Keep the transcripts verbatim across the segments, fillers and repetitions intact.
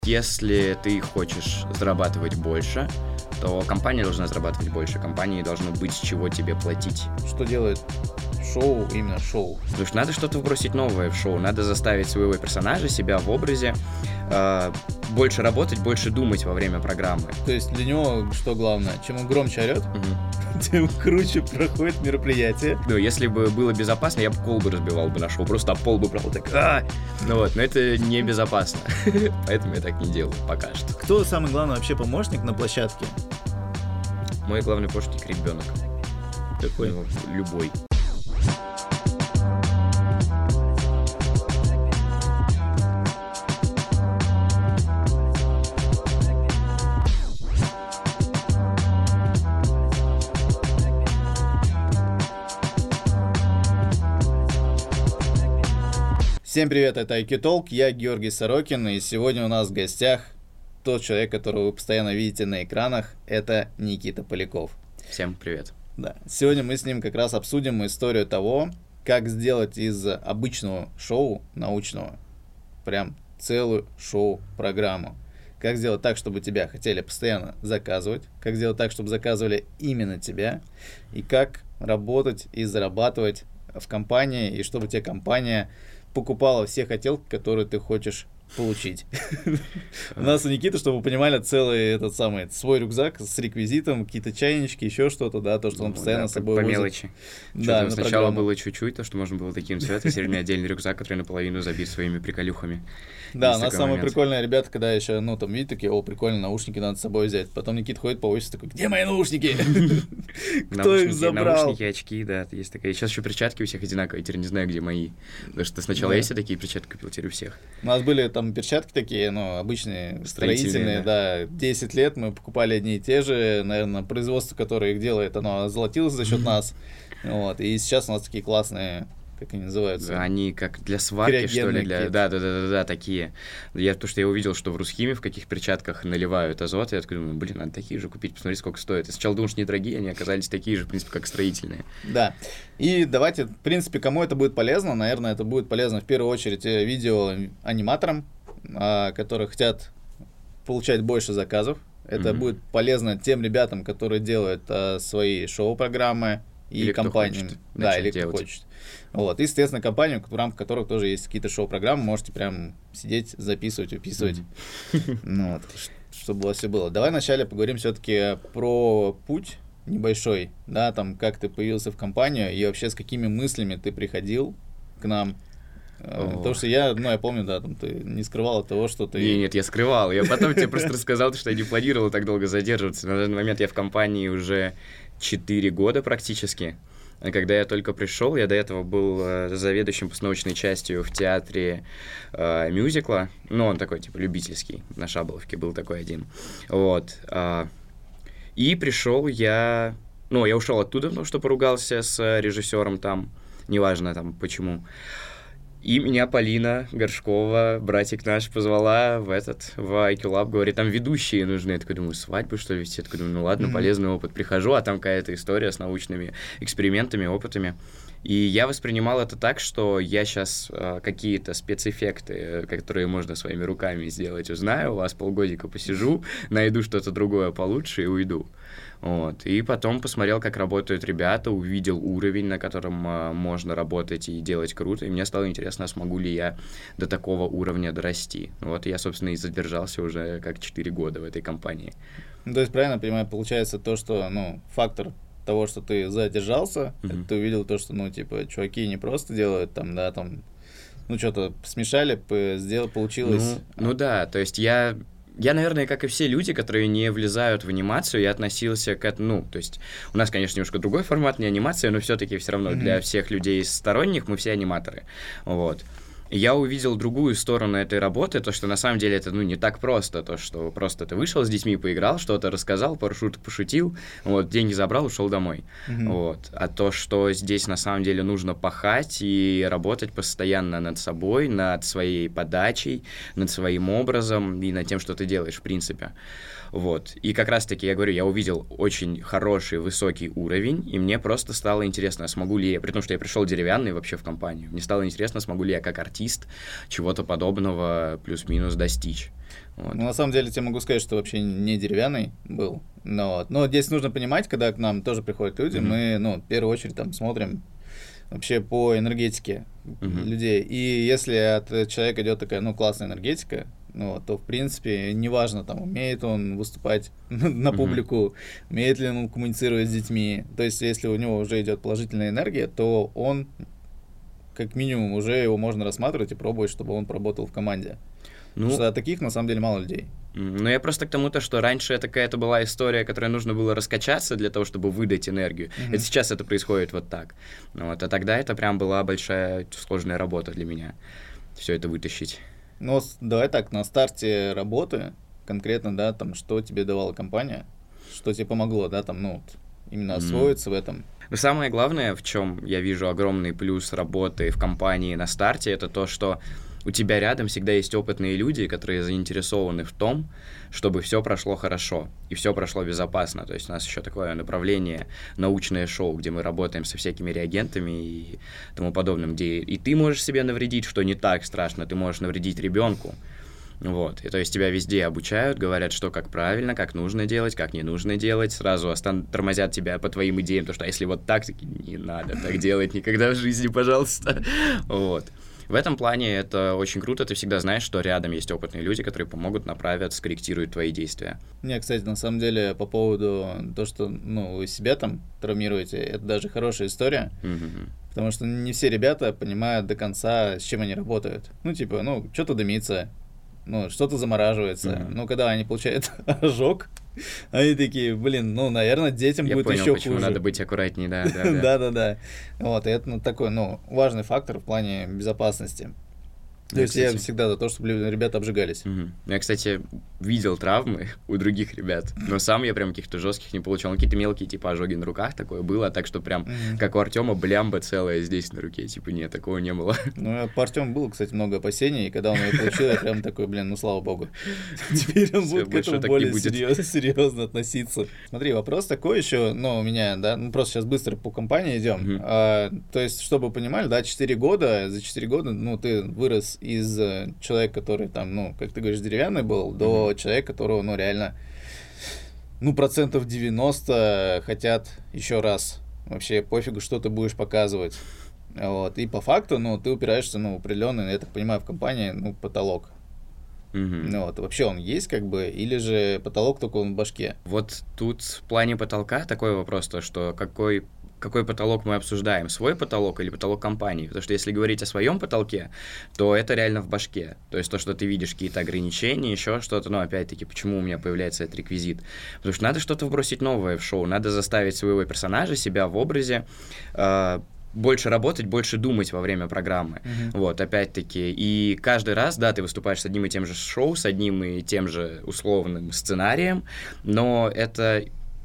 Если ты хочешь зарабатывать больше, то компания должна зарабатывать больше, компании должно быть с чего тебе платить. Что делает шоу, именно шоу? Потому что надо что-то вбросить новое в шоу, надо заставить своего персонажа, себя в образе, э, больше работать, больше думать во время программы. То есть для него что главное? Чем он громче орет, Угу. тем круче проходит мероприятие. Ну, если бы было безопасно, я бы колбы разбивал бы на шоу, просто об пол бы брал так. А! Ну вот, но это небезопасно, поэтому я так не делаю пока что. Кто самый главный вообще помощник на площадке? Мой главный помощник — ребенок. Какой? Ну, любой. Всем привет, это ай кью Talk, я Георгий Сорокин, и сегодня у нас в гостях тот человек, которого вы постоянно видите на экранах, это Никита Поляков. Всем привет. Да. Сегодня мы с ним как раз обсудим историю того, как сделать из обычного шоу научного прям целую шоу-программу. Как сделать так, чтобы тебя хотели постоянно заказывать, как сделать так, чтобы заказывали именно тебя, и как работать и зарабатывать в компании, и чтобы тебе компания покупала все хотелки, которые ты хочешь получить. У нас у Никиты, чтобы вы понимали, целый этот самый свой рюкзак с реквизитом, какие-то чайнички, еще что-то, да, то, что он постоянно с собой по возит. мелочи. Да, сначала было чуть-чуть, то, что можно было таким цветом, теперь у меня отдельный рюкзак, который наполовину забит своими приколюхами. Да, у нас самые прикольные ребята, когда еще, ну, там, видите, такие, о, прикольные наушники надо с собой взять. Потом Никита ходит по офису такой, где мои наушники? Кто их забрал? Наушники, очки, да, есть такая. Сейчас еще перчатки у всех одинаковые, теперь не знаю, где мои. Потому что сначала я себе такие перчатки купил, теперь у всех. У нас были там перчатки такие, ну, обычные, строительные, да. десять лет мы покупали одни и те же, наверное, производство, которое их делает, оно золотилось за счет нас. Вот, и сейчас у нас такие классные, как они называются? Они как для сварки, что ли? Для... Да, да, да, да, да, такие. Я, потому что я увидел, что в Русхиме в каких перчатках наливают азот, и я такой думаю, блин, надо такие же купить, посмотри, сколько стоит. И сначала думал, что недорогие, они оказались такие же, в принципе, как строительные. Да. И давайте, в принципе, кому это будет полезно? Наверное, это будет полезно в первую очередь видеоаниматорам, которые хотят получать больше заказов. Это mm-hmm. будет полезно тем ребятам, которые делают а, свои шоу-программы и или компаниям. Хочет, да, или делать. кто хочет. Вот. И, естественно, компаниям, в рамках которых тоже есть какие-то шоу-программы, можете прям сидеть, записывать, выписывать. Mm-hmm. Ну, вот, чтобы у вас все было. Давай вначале поговорим все-таки про путь небольшой, да, там, как ты появился в компанию и вообще с какими мыслями ты приходил к нам. Oh. Потому что я, ну, я помню, да, там ты не скрывал от того, что ты... Нет, нет, я скрывал. Я потом тебе просто рассказал, что я не планировал так долго задерживаться. На данный момент я в компании уже четыре года практически. Когда я только пришел, я до этого был заведующим постановочной частью в театре э, мюзикла. Ну, он такой, типа, любительский. На Шаболовке был такой один. Вот. Э, и пришел я... Ну, я ушел оттуда, потому что поругался с режиссером там. Неважно там почему. И меня Полина Горшкова, братик наш, позвала в этот, в ай кью Lab, говорит, там ведущие нужны. Я такой думаю, свадьбу, что ли, вести? Я такой думаю, ну ладно, mm-hmm. полезный опыт. Прихожу, а там какая-то история с научными экспериментами, опытами. И я воспринимал это так, что я сейчас э, какие-то спецэффекты, которые можно своими руками сделать, узнаю, у вас полгодика посижу, найду что-то другое получше и уйду. Вот. И потом посмотрел, как работают ребята, увидел уровень, на котором а, можно работать и делать круто, и мне стало интересно, смогу ли я до такого уровня дорасти. Вот я, собственно, и задержался уже как четыре года в этой компании. Ну, то есть, правильно понимаю, получается то, что, ну, фактор того, что ты задержался, mm-hmm. это ты увидел то, что, ну, типа, чуваки не просто делают там, да, там, ну, что-то смешали, сделали, получилось. Ну, ну да, то есть я... Я, наверное, как и все люди, которые не влезают в анимацию, я относился к этому, ну, то есть у нас, конечно, немножко другой формат, не анимация, но все-таки все равно mm-hmm. для всех людей сторонних мы все аниматоры, вот. И я увидел другую сторону этой работы, то, что на самом деле это, ну, не так просто, то, что просто ты вышел с детьми, поиграл, что-то рассказал, пару шуток пошутил, вот, деньги забрал, ушел домой, mm-hmm. вот. А то, что здесь на самом деле нужно пахать и работать постоянно над собой, над своей подачей, над своим образом и над тем, что ты делаешь, в принципе. Вот. И как раз-таки, я говорю, я увидел очень хороший, высокий уровень, и мне просто стало интересно, смогу ли я, при том, что я пришел деревянный вообще в компанию, мне стало интересно, смогу ли я как артист чего-то подобного плюс-минус достичь. Вот. Ну, на самом деле, тебе могу сказать, что вообще не деревянный был. Но, вот. Но здесь нужно понимать, когда к нам тоже приходят люди, mm-hmm. мы, ну, в первую очередь там смотрим вообще по энергетике mm-hmm. людей. И если от человека идет такая, ну, классная энергетика, ну, то, в принципе, неважно, там, умеет он выступать на mm-hmm. публику, умеет ли он коммуницировать с детьми. То есть, если у него уже идет положительная энергия, то он, как минимум, уже его можно рассматривать и пробовать, чтобы он поработал в команде. Ну, потому что таких, на самом деле, мало людей. Ну, я просто к тому-то, что раньше это какая-то была история, которой нужно было раскачаться для того, чтобы выдать энергию. Mm-hmm. Это сейчас это происходит вот так. Вот, а тогда это прям была большая сложная работа для меня, все это вытащить. Ну, давай так, на старте работы конкретно, да, там, что тебе давала компания, что тебе помогло, да, там, ну, именно освоиться mm-hmm. в этом. Но самое главное, в чем я вижу огромный плюс работы в компании на старте, это то, что у тебя рядом всегда есть опытные люди, которые заинтересованы в том, чтобы все прошло хорошо и все прошло безопасно. То есть у нас еще такое направление научное шоу, где мы работаем со всякими реагентами и тому подобным, где и ты можешь себе навредить, что не так страшно, ты можешь навредить ребенку. Вот. И то есть тебя везде обучают, говорят, что как правильно, как нужно делать, как не нужно делать, сразу остан- тормозят тебя по твоим идеям, потому что а если вот так, таки не надо так делать никогда в жизни, пожалуйста. Вот. В этом плане это очень круто, ты всегда знаешь, что рядом есть опытные люди, которые помогут, направят, скорректируют твои действия. Не, кстати, на самом деле, по поводу того, что, ну, вы себя там травмируете, это даже хорошая история, Mm-hmm. потому что не все ребята понимают до конца, с чем они работают. Ну, типа, ну, что-то дымится, ну, что-то замораживается. Mm-hmm. Ну, когда они получают ожог, они такие, блин, ну, наверное, детям Я будет понял, еще почему хуже. Надо быть аккуратнее, да, да, да. Да-да-да. Вот, и это ну, такой, ну, важный фактор в плане безопасности. То Я, есть кстати... я всегда за то, чтобы ребята обжигались. Угу. Я, кстати, видел травмы у других ребят, но сам я прям каких-то жестких не получал. Какие-то мелкие, типа, ожоги на руках такое было, так что прям, mm-hmm. как у Артема, блямба целая здесь на руке. Типа, нет, такого не было. Ну, по Артему было, кстати, много опасений, и когда он ее получил, я прям такой, блин, ну, слава богу. Теперь он будет к этому более серьезно относиться. Смотри, вопрос такой еще, ну, у меня, да, ну, просто сейчас быстро по компании идем. То есть, чтобы вы понимали, да, четыре года, за четыре года, ну, ты вырос из человека, который там, ну, как ты говоришь, деревянный был, mm-hmm. до человека, которого, ну, реально, ну, процентов девяносто хотят еще раз. Вообще пофигу, что ты будешь показывать. Вот. И по факту, ну, ты упираешься, ну, определенный, я так понимаю, в компании, ну, потолок. Mm-hmm. Ну, вот. Вообще он есть, как бы, или же потолок только он в башке? Вот тут в плане потолка такой вопрос, то, что какой какой потолок мы обсуждаем, свой потолок или потолок компании. Потому что если говорить о своем потолке, то это реально в башке. То есть то, что ты видишь какие-то ограничения, еще что-то, но опять-таки, почему у меня появляется этот реквизит? Потому что надо что-то вбросить новое в шоу, надо заставить своего персонажа, себя в образе, э, больше работать, больше думать во время программы. Uh-huh. Вот, опять-таки. И каждый раз, да, ты выступаешь с одним и тем же шоу, с одним и тем же условным сценарием, но это...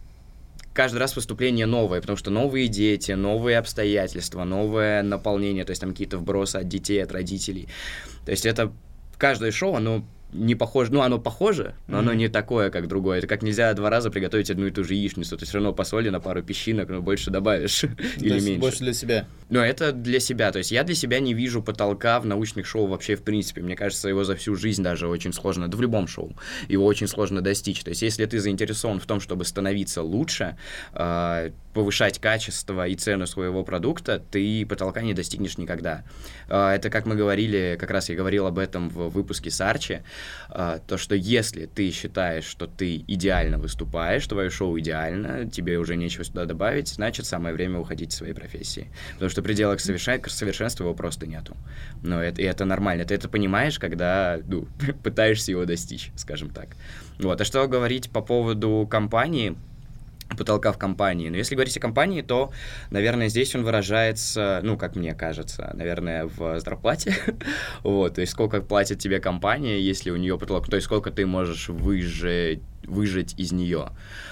каждый раз выступление новое, потому что новые дети, новые обстоятельства, новое наполнение, то есть там какие-то вбросы от детей, от родителей. То есть это каждое шоу, оно не похоже, ну, оно похоже, но mm-hmm. оно не такое, как другое. Это как нельзя два раза приготовить одну и ту же яичницу. Ты все равно посоли на пару песчинок, но больше добавишь или меньше. Больше для себя. Но это для себя. То есть я для себя не вижу потолка в научных шоу вообще в принципе. Мне кажется, его за всю жизнь даже очень сложно, да в любом шоу, его очень сложно достичь. То есть если ты заинтересован в том, чтобы становиться лучше, э, повышать качество и цену своего продукта, ты потолка не достигнешь никогда. Э, это, как мы говорили, как раз я говорил об этом в выпуске с Арчи, э, то, что если ты считаешь, что ты идеально выступаешь, твое шоу идеально, тебе уже нечего сюда добавить, значит, самое время уходить из своей профессии. Потому что предела к, совершен... к совершенству его просто нету. Но это, и это нормально. Ты это понимаешь, когда ну, пытаешься его достичь, скажем так. Вот. А что говорить по поводу компании, потолка в компании? Ну, если говорить о компании, то, наверное, здесь он выражается, ну, как мне кажется, наверное, в зарплате. Вот. То есть сколько платит тебе компания, если у нее потолок, то есть сколько ты можешь выжать, выжать из нее.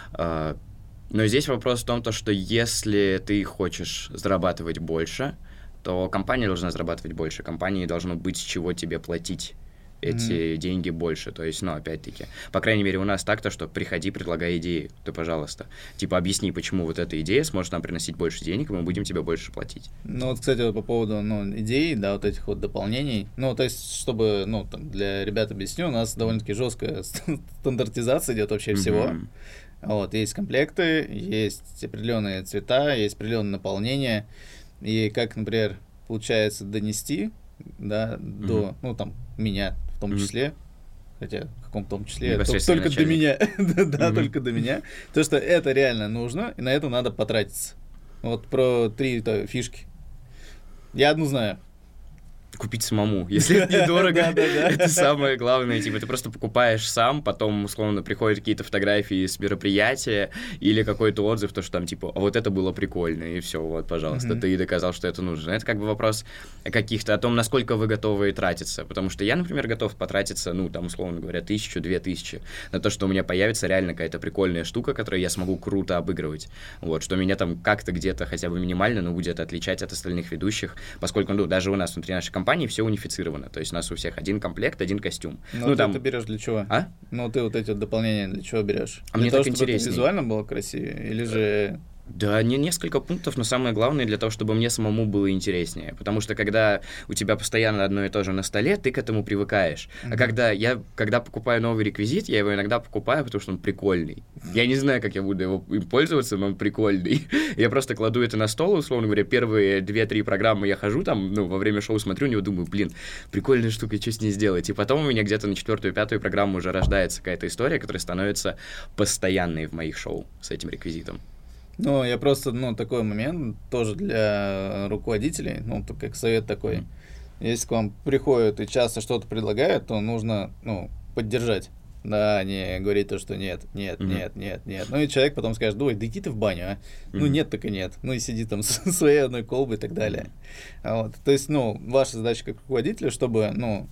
Но здесь вопрос в том, то, что если ты хочешь зарабатывать больше, то компания должна зарабатывать больше, компании должно быть с чего тебе платить эти mm-hmm. деньги больше. То есть, ну, опять-таки, по крайней мере, у нас так-то, что приходи, предлагай идеи, ты, пожалуйста. Типа, объясни, почему вот эта идея сможет нам приносить больше денег, и мы будем тебе больше платить. Ну, вот, кстати, вот по поводу, ну, идей, да, вот этих вот дополнений. Ну, то есть, чтобы, ну, там, для ребят объясню, у нас довольно-таки жесткая стандартизация идет вообще всего. Mm-hmm. Вот, есть комплекты, есть определенные цвета, есть определенное наполнение. И как, например, получается донести, да, mm-hmm. до, ну, там, меня в том числе, mm-hmm. хотя в каком том числе, только до меня, да, mm-hmm. только до меня, то, что это реально нужно, и на это надо потратиться. Вот про три фишки. Я одну знаю. Купить самому, если это недорого, это самое главное, типа, ты просто покупаешь сам, потом, условно, приходят какие-то фотографии с мероприятия или какой-то отзыв, то, что там, типа, а вот это было прикольно, и все, вот, пожалуйста, ты доказал, что это нужно. Это как бы вопрос каких-то, о том, насколько вы готовы тратиться, потому что я, например, готов потратиться, ну, там, условно говоря, тысячу, две тысячи на то, что у меня появится реально какая-то прикольная штука, которую я смогу круто обыгрывать, вот, что меня там как-то где-то хотя бы минимально, но будет отличать от остальных ведущих, поскольку, ну, даже у нас внутри нашей компании компании все унифицировано, то есть у нас у всех один комплект, один костюм. Ну, ты там... это берешь для чего? А? Ну, ты вот эти вот дополнения для чего берешь? А для мне того, так чтобы интереснее. Это визуально было красивее, или же... Да, не несколько пунктов, но самое главное для того, чтобы мне самому было интереснее. Потому что когда у тебя постоянно одно и то же на столе, ты к этому привыкаешь. Mm-hmm. А когда я когда покупаю новый реквизит, я его иногда покупаю, потому что он прикольный. Я не знаю, как я буду его им пользоваться, но он прикольный. Я просто кладу это на стол, условно говоря, первые две-три программы я хожу там, ну, во время шоу смотрю, у него думаю, блин, прикольная штука, что с ней сделать? И потом у меня где-то на четвертую-пятую программу уже рождается какая-то история, которая становится постоянной в моих шоу с этим реквизитом. Ну, я просто, ну, такой момент тоже для руководителей, ну, как совет такой. Mm. Если к вам приходят и часто что-то предлагают, то нужно, ну, поддержать. Да, не говорить то, что нет, нет, mm-hmm. нет, нет, нет. Ну, и человек потом скажет, ой, да иди ты в баню, а. Mm-hmm. Ну, нет, так и нет. Ну, и сиди там со своей одной колбой и так далее. Mm-hmm. Вот. То есть, ну, ваша задача как руководителя, чтобы, ну,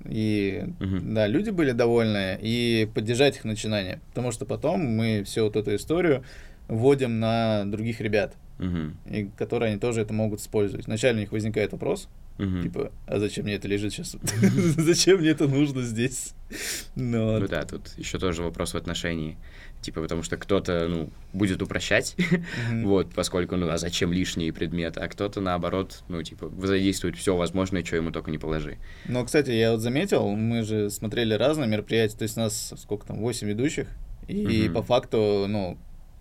и, mm-hmm. да, люди были довольны, и поддержать их начинание. Потому что потом мы всю вот эту историю вводим на других ребят, uh-huh. и которые они тоже это могут использовать. Вначале у них возникает вопрос, uh-huh. типа, а зачем мне это лежит сейчас? Зачем мне это нужно здесь? Ну да, тут еще тоже вопрос в отношении. Типа, потому что кто-то, ну, будет упрощать, вот, поскольку, ну, а зачем лишние предметы, а кто-то, наоборот, ну, типа, задействует все возможное, что ему только не положи. Ну, кстати, я вот заметил, мы же смотрели разные мероприятия, то есть у нас, сколько там, восемь ведущих, и по факту, ну,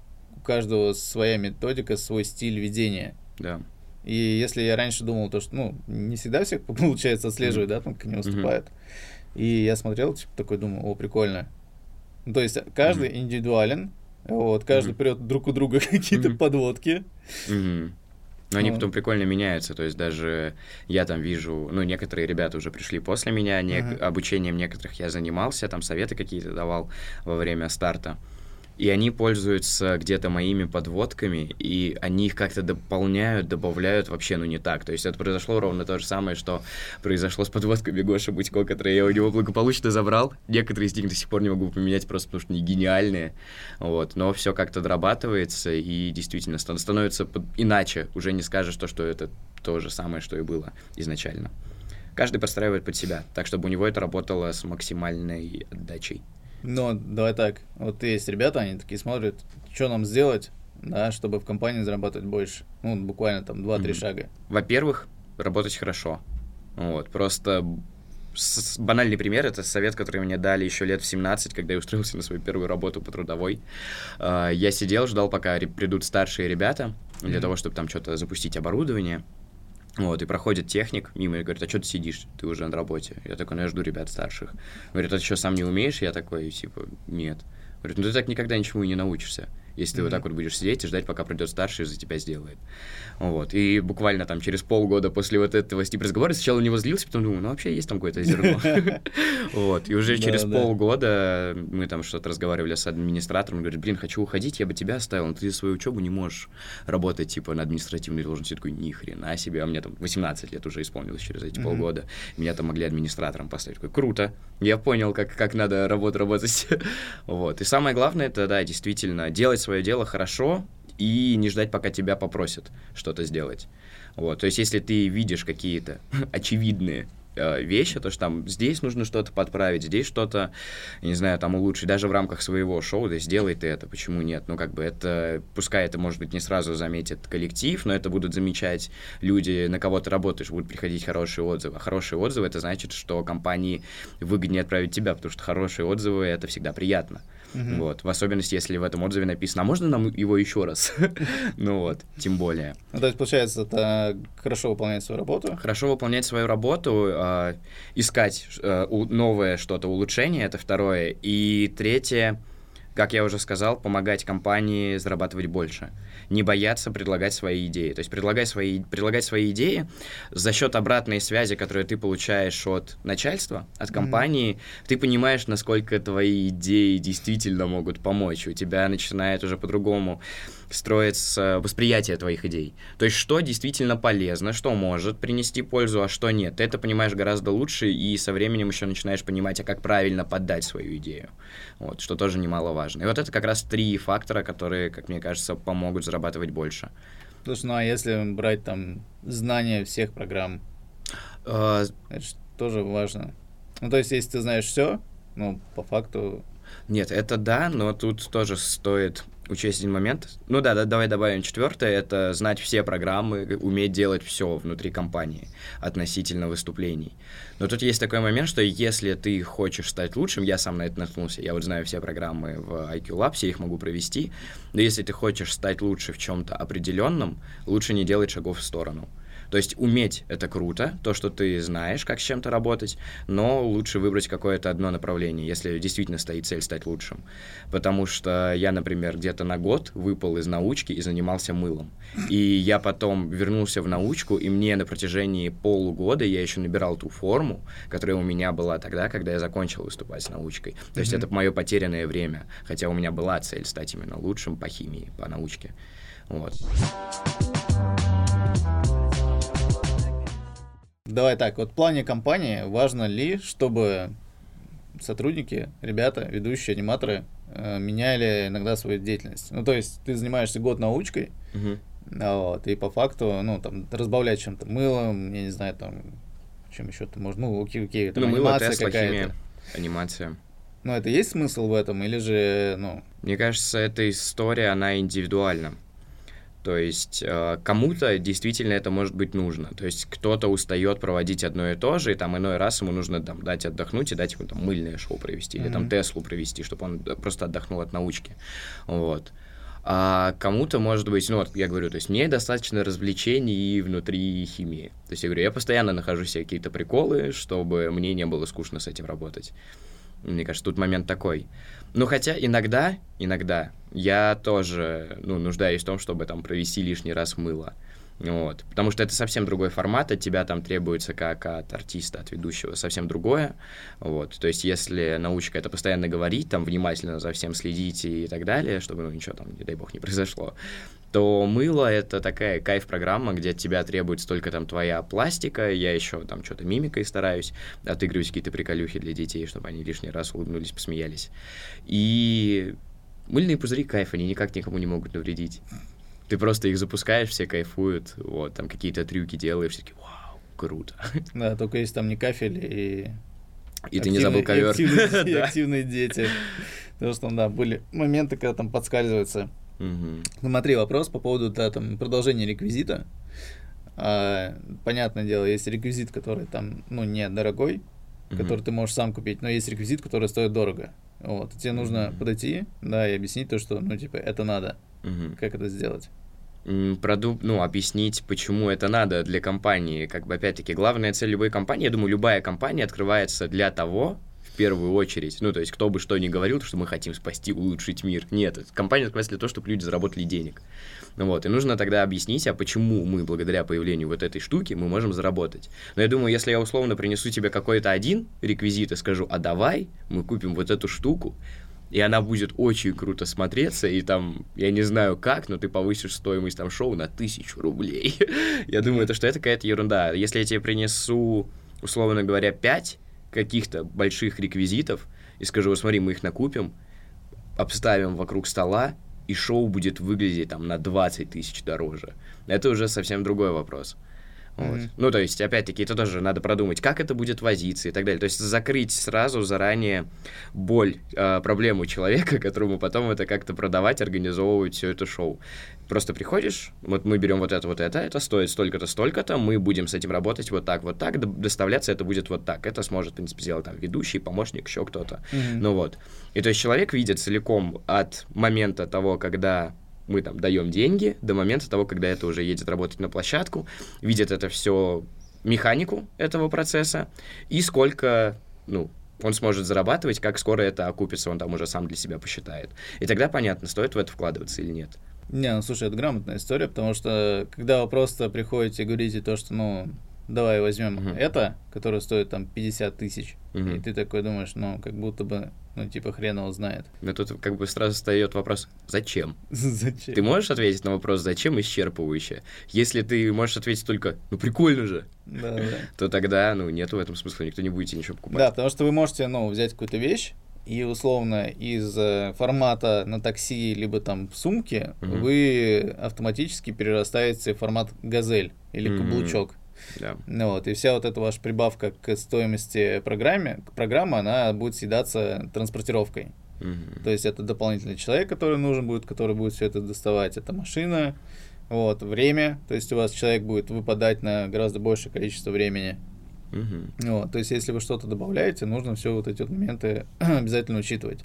у каждого своя методика, свой стиль ведения. Да. И если я раньше думал, то, что, ну, не всегда всех получается отслеживать, mm-hmm. да, там, как они выступают. Mm-hmm. И я смотрел, типа, такой, думаю, о, прикольно. Ну, то есть каждый mm-hmm. индивидуален, вот, каждый mm-hmm. берет друг у друга какие-то mm-hmm. подводки. Mm-hmm. Но они потом прикольно меняются, то есть даже я там вижу, ну, некоторые ребята уже пришли после меня, не... uh-huh. обучением некоторых я занимался, там советы какие-то давал во время старта. И они пользуются где-то моими подводками, и они их как-то дополняют, добавляют вообще, ну, не так. То есть это произошло ровно то же самое, что произошло с подводками Гоши Будько, которые я у него благополучно забрал. Некоторые из них до сих пор не могу поменять, просто потому что они гениальные. Вот. Но все как-то дорабатывается, и действительно становится иначе. Уже не скажешь то, что это то же самое, что и было изначально. Каждый подстраивает под себя, так, чтобы у него это работало с максимальной отдачей. Ну, давай так, вот есть ребята, они такие смотрят, что нам сделать, да, чтобы в компании зарабатывать больше. Ну, буквально там два-три mm-hmm. шага. Во-первых, работать хорошо. Вот, просто с- банальный пример, это совет, который мне дали еще лет в семнадцать, когда я устроился на свою первую работу по трудовой. Uh, я сидел, ждал, пока ре- придут старшие ребята, для mm-hmm. того, чтобы там что-то запустить оборудование. Вот, и проходит техник мимо и говорит, а что ты сидишь, ты уже на работе. Я такой, ну я жду ребят старших. Говорит, а ты что, сам не умеешь? Я такой, типа, нет. Говорит, ну ты так никогда ничему и не научишься, если mm-hmm. ты вот так вот будешь сидеть и ждать, пока придет старший и за тебя сделает. Вот, и буквально там через полгода после вот этого с ним разговора сначала на него злился, потом думаю, ну вообще есть там какое-то зерно. Вот, и уже через полгода мы там что-то разговаривали с администратором, он говорит, блин, хочу уходить, я бы тебя оставил, но ты свою учебу не можешь работать, типа, на административной должности. Я такой, ни хрена себе, а мне там восемнадцать лет уже исполнилось через эти полгода, меня там могли администратором поставить. Такой, круто, я понял, как, как надо работать, работать. Вот, и самое главное, это, да, действительно, делать свое дело хорошо, и не ждать, пока тебя попросят что-то сделать. Вот. То есть, если ты видишь какие-то очевидные э, вещи, то, что там здесь нужно что-то подправить, здесь что-то, не знаю, там улучшить, даже в рамках своего шоу, да, сделай ты это, почему нет? Ну, как бы это, пускай это, может быть, не сразу заметит коллектив, но это будут замечать люди, на кого ты работаешь, будут приходить хорошие отзывы. А хорошие отзывы — это значит, что компании выгоднее отправить тебя, потому что хорошие отзывы — это всегда приятно. Uh-huh. Вот. В особенности, если в этом отзыве написано, а можно нам его еще раз? Ну вот, тем более. Ну, то есть, получается, это хорошо выполнять свою работу? Хорошо выполнять свою работу, э, искать э, новое что-то, улучшение, это второе. И третье, как я уже сказал, помогать компании зарабатывать больше. Не бояться предлагать свои идеи. То есть предлагать свои, предлагать свои идеи за счет обратной связи, которую ты получаешь от начальства, от компании, mm-hmm. ты понимаешь, насколько твои идеи действительно могут помочь. У тебя начинает уже по-другому строится восприятие твоих идей. То есть, что действительно полезно, что может принести пользу, а что нет. Ты это понимаешь гораздо лучше, и со временем еще начинаешь понимать, а как правильно подать свою идею. Вот, что тоже немаловажно. И вот это как раз три фактора, которые, как мне кажется, помогут зарабатывать больше. Слушай, ну а если брать там знания всех программ, uh, это же тоже важно. Ну, то есть, если ты знаешь все, ну, по факту... Нет, это да, но тут тоже стоит учесть один момент. Ну да, да, давай добавим четвертое, это знать все программы, уметь делать все внутри компании относительно выступлений. Но тут есть такой момент, что если ты хочешь стать лучшим, я сам на это наткнулся, я вот знаю все программы в ай кью Labs, я их могу провести, но если ты хочешь стать лучше в чем-то определенном, лучше не делать шагов в сторону. То есть уметь — это круто, то, что ты знаешь, как с чем-то работать, но лучше выбрать какое-то одно направление, если действительно стоит цель стать лучшим. Потому что я, например, где-то на год выпал из научки и занимался мылом. И я потом вернулся в научку, и мне на протяжении полугода я еще набирал ту форму, которая у меня была тогда, когда я закончил выступать с научкой. То mm-hmm. есть это мое потерянное время, хотя у меня была цель стать именно лучшим по химии, по научке. Вот. Давай так, вот в плане компании важно ли, чтобы сотрудники, ребята, ведущие, аниматоры э, меняли иногда свою деятельность? Ну, то есть ты занимаешься год научкой, uh-huh. вот, и по факту, ну, там, разбавлять чем-то мылом, я не знаю, там, чем еще ты можешь, ну, окей, окей, там, ну, анимация мыло, Тесла, какая-то. химия, анимация. Ну, это есть смысл в этом, или же, ну... Мне кажется, эта история, она индивидуальна. То есть э, кому-то действительно это может быть нужно. То есть кто-то устает проводить одно и то же, и там иной раз ему нужно там, дать отдохнуть и дать ему там мыльное шоу провести, mm-hmm. или там Теслу провести, чтобы он просто отдохнул от научки. Вот. А кому-то, может быть, ну вот я говорю, то есть мне достаточно развлечений и внутри химии. То есть я говорю, я постоянно нахожу себе какие-то приколы, чтобы мне не было скучно с этим работать. Мне кажется, тут момент такой. Ну, хотя иногда, иногда я тоже, ну, нуждаюсь в том, чтобы там провести лишний раз мыло. Вот. Потому что это совсем другой формат, от тебя там требуется, как от артиста, от ведущего, совсем другое. Вот. То есть если научка — это постоянно говорить, там, внимательно за всем следить и так далее, чтобы, ну, ничего там, не дай бог, не произошло, то мыло — это такая кайф-программа, где от тебя требуется только там твоя пластика, я еще там что-то мимикой стараюсь, отыгрывать какие-то приколюхи для детей, чтобы они лишний раз улыбнулись, посмеялись. И мыльные пузыри — кайф, они никак никому не могут навредить. Ты просто их запускаешь, все кайфуют, вот, там какие-то трюки делаешь, все такие, вау, круто. Да, только если там не кафель и... И ты не забыл ковер. Активные, и активные дети. Потому что, да, были моменты, когда там подскальзывается. Угу. Смотри, вопрос по поводу да, там, продолжения реквизита. А, понятное дело, есть реквизит, который там, ну, не дорогой, угу. который ты можешь сам купить, но есть реквизит, который стоит дорого. Вот, и тебе нужно угу. подойти, да, и объяснить то, что, ну, типа, это надо. Угу. Как это сделать? Продуб, ну, объяснить, почему это надо для компании. Как бы, опять-таки, главная цель любой компании, я думаю, любая компания открывается для того, в первую очередь, ну, то есть, кто бы что ни говорил, что мы хотим спасти, улучшить мир. Нет, компания открывается для того, чтобы люди заработали денег. Вот, и нужно тогда объяснить, а почему мы, благодаря появлению вот этой штуки, мы можем заработать. Но я думаю, если я условно принесу тебе какой-то один реквизит и скажу, а давай мы купим вот эту штуку, и она будет очень круто смотреться, и там, я не знаю как, но ты повысишь стоимость там шоу на тысячу рублей. Я думаю, это что это какая-то ерунда. Если я тебе принесу, условно говоря, пять каких-то больших реквизитов, и скажу, вот смотри, мы их накупим, обставим вокруг стола, и шоу будет выглядеть там на двадцать тысяч дороже. Это уже совсем другой вопрос. Вот. Мгм. Ну, то есть, опять-таки, это тоже надо продумать, как это будет возиться и так далее. То есть закрыть сразу заранее боль, э, проблему человека, которому потом это как-то продавать, организовывать все это шоу. Просто приходишь, вот мы берем вот это, вот это, это стоит столько-то, столько-то, мы будем с этим работать вот так, вот так, д- доставляться это будет вот так. Это сможет, в принципе, сделать там ведущий, помощник, еще кто-то. Мгм. Ну вот. И то есть человек видит целиком от момента того, когда мы там даем деньги, до момента того, когда это уже едет работать на площадку, видит это все, механику этого процесса, и сколько, ну, он сможет зарабатывать, как скоро это окупится, он там уже сам для себя посчитает. И тогда понятно, стоит в это вкладываться или нет. Не, ну слушай, это грамотная история, потому что когда вы просто приходите и говорите то, что, ну, давай возьмем Мгм. это, которое стоит там пятьдесят тысяч, Мгм. и ты такой думаешь, ну, как будто бы, ну, типа, хрен его знает. Но тут как бы сразу встает вопрос, зачем? Зачем? Ты можешь ответить на вопрос «зачем?» исчерпывающе? Если ты можешь ответить только «ну прикольно же», Да, да. то тогда, ну, нету в этом смысла, никто не будет тебе ничего покупать. Да, потому что вы можете, ну, взять какую-то вещь, и условно из э, формата на такси, либо там в сумке, Мгм. вы автоматически перерастаете в формат газель или Мгм. каблучок. Да. Ну вот, и вся вот эта ваша прибавка к стоимости программе, к программе, она будет съедаться транспортировкой. Мгм. То есть это дополнительный человек, который нужен будет, который будет все это доставать, это машина, вот, время, то есть у вас человек будет выпадать на гораздо большее количество времени. Мгм. Вот, то есть если вы что-то добавляете, нужно все вот эти вот моменты обязательно учитывать.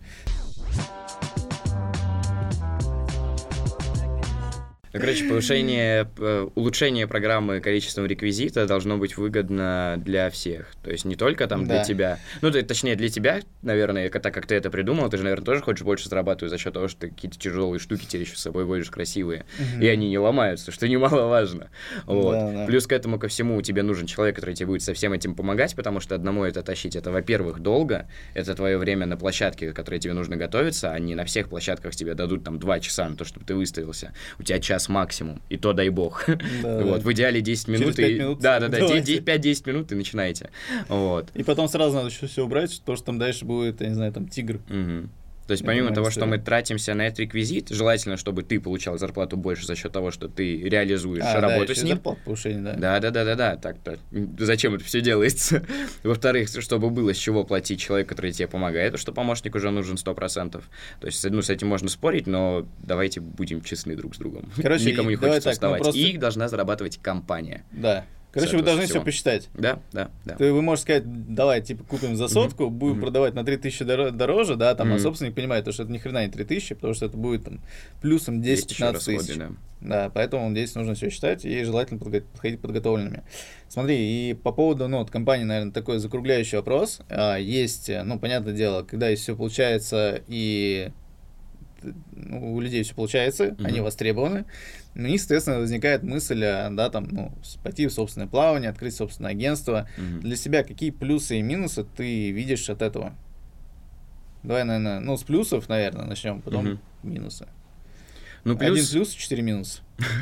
Ну, короче, повышение, э, улучшение программы количеством реквизита должно быть выгодно для всех. То есть не только там для Да. тебя. Ну, то- точнее, для тебя, наверное, к- так как ты это придумал, ты же, наверное, тоже хочешь больше зарабатывать за счет того, что ты какие-то тяжелые штуки тебе еще с собой возишь красивые. Мгм. И они не ломаются, что немаловажно. Вот. Да, да. Плюс к этому ко всему тебе нужен человек, который тебе будет со всем этим помогать, потому что одному это тащить, это, во-первых, долго, это твое время на площадке, к которой тебе нужно готовиться, они на всех площадках тебе дадут там два часа на то, чтобы ты выставился. У тебя час максимум, и то дай бог. Да, Вот, да. в идеале десять Через минут. пять и- минут Да, да, да, давайте. пять-десять минут и начинайте. Вот. И потом сразу надо еще все убрать, потому что там дальше будет, я не знаю, там тигр. Мгм. То есть Я помимо понимаю того, что историю. мы тратимся на этот реквизит, желательно, чтобы ты получал зарплату больше за счет того, что ты реализуешь А, да, работу еще с ним. зарплата повышение, да. Да, да, да, да, да. Так-то. Зачем это все делается? Во-вторых, чтобы было с чего платить человек, который тебе помогает, потому что помощник уже нужен сто процентов. То есть, ну, с этим можно спорить, но давайте будем честны друг с другом. Короче, Никому не и давай хочется так, ну, вставать. просто- И их должна зарабатывать компания. Да. Короче, С вы этого должны всего. все посчитать. Да, да, да. То есть вы можете сказать, давай, типа, купим за сотку, будем мгм. продавать на три тысячи доро- дороже, да, там, а Мгм. собственник понимает, то, что это ни хрена не три тысячи, потому что это будет там плюсом Есть еще десять-пятнадцать расходы, тысяч. да. Да, поэтому здесь нужно все считать и желательно подго- подходить подготовленными. Смотри, и по поводу, ну, вот компании, наверное, такой закругляющий вопрос. А, есть, э, ну, понятное дело, когда все получается и т- ну, у людей все получается, Мгм. они востребованы, у них, соответственно, возникает мысль, а, да, там, ну, с- пойти в собственное плавание, открыть собственное агентство. Мгм. Для себя какие плюсы и минусы ты видишь от этого? Давай, наверное, ну, с плюсов, наверное, начнем, потом Мгм. минусы. Ну, Один плюс, плюс, четыре минуса.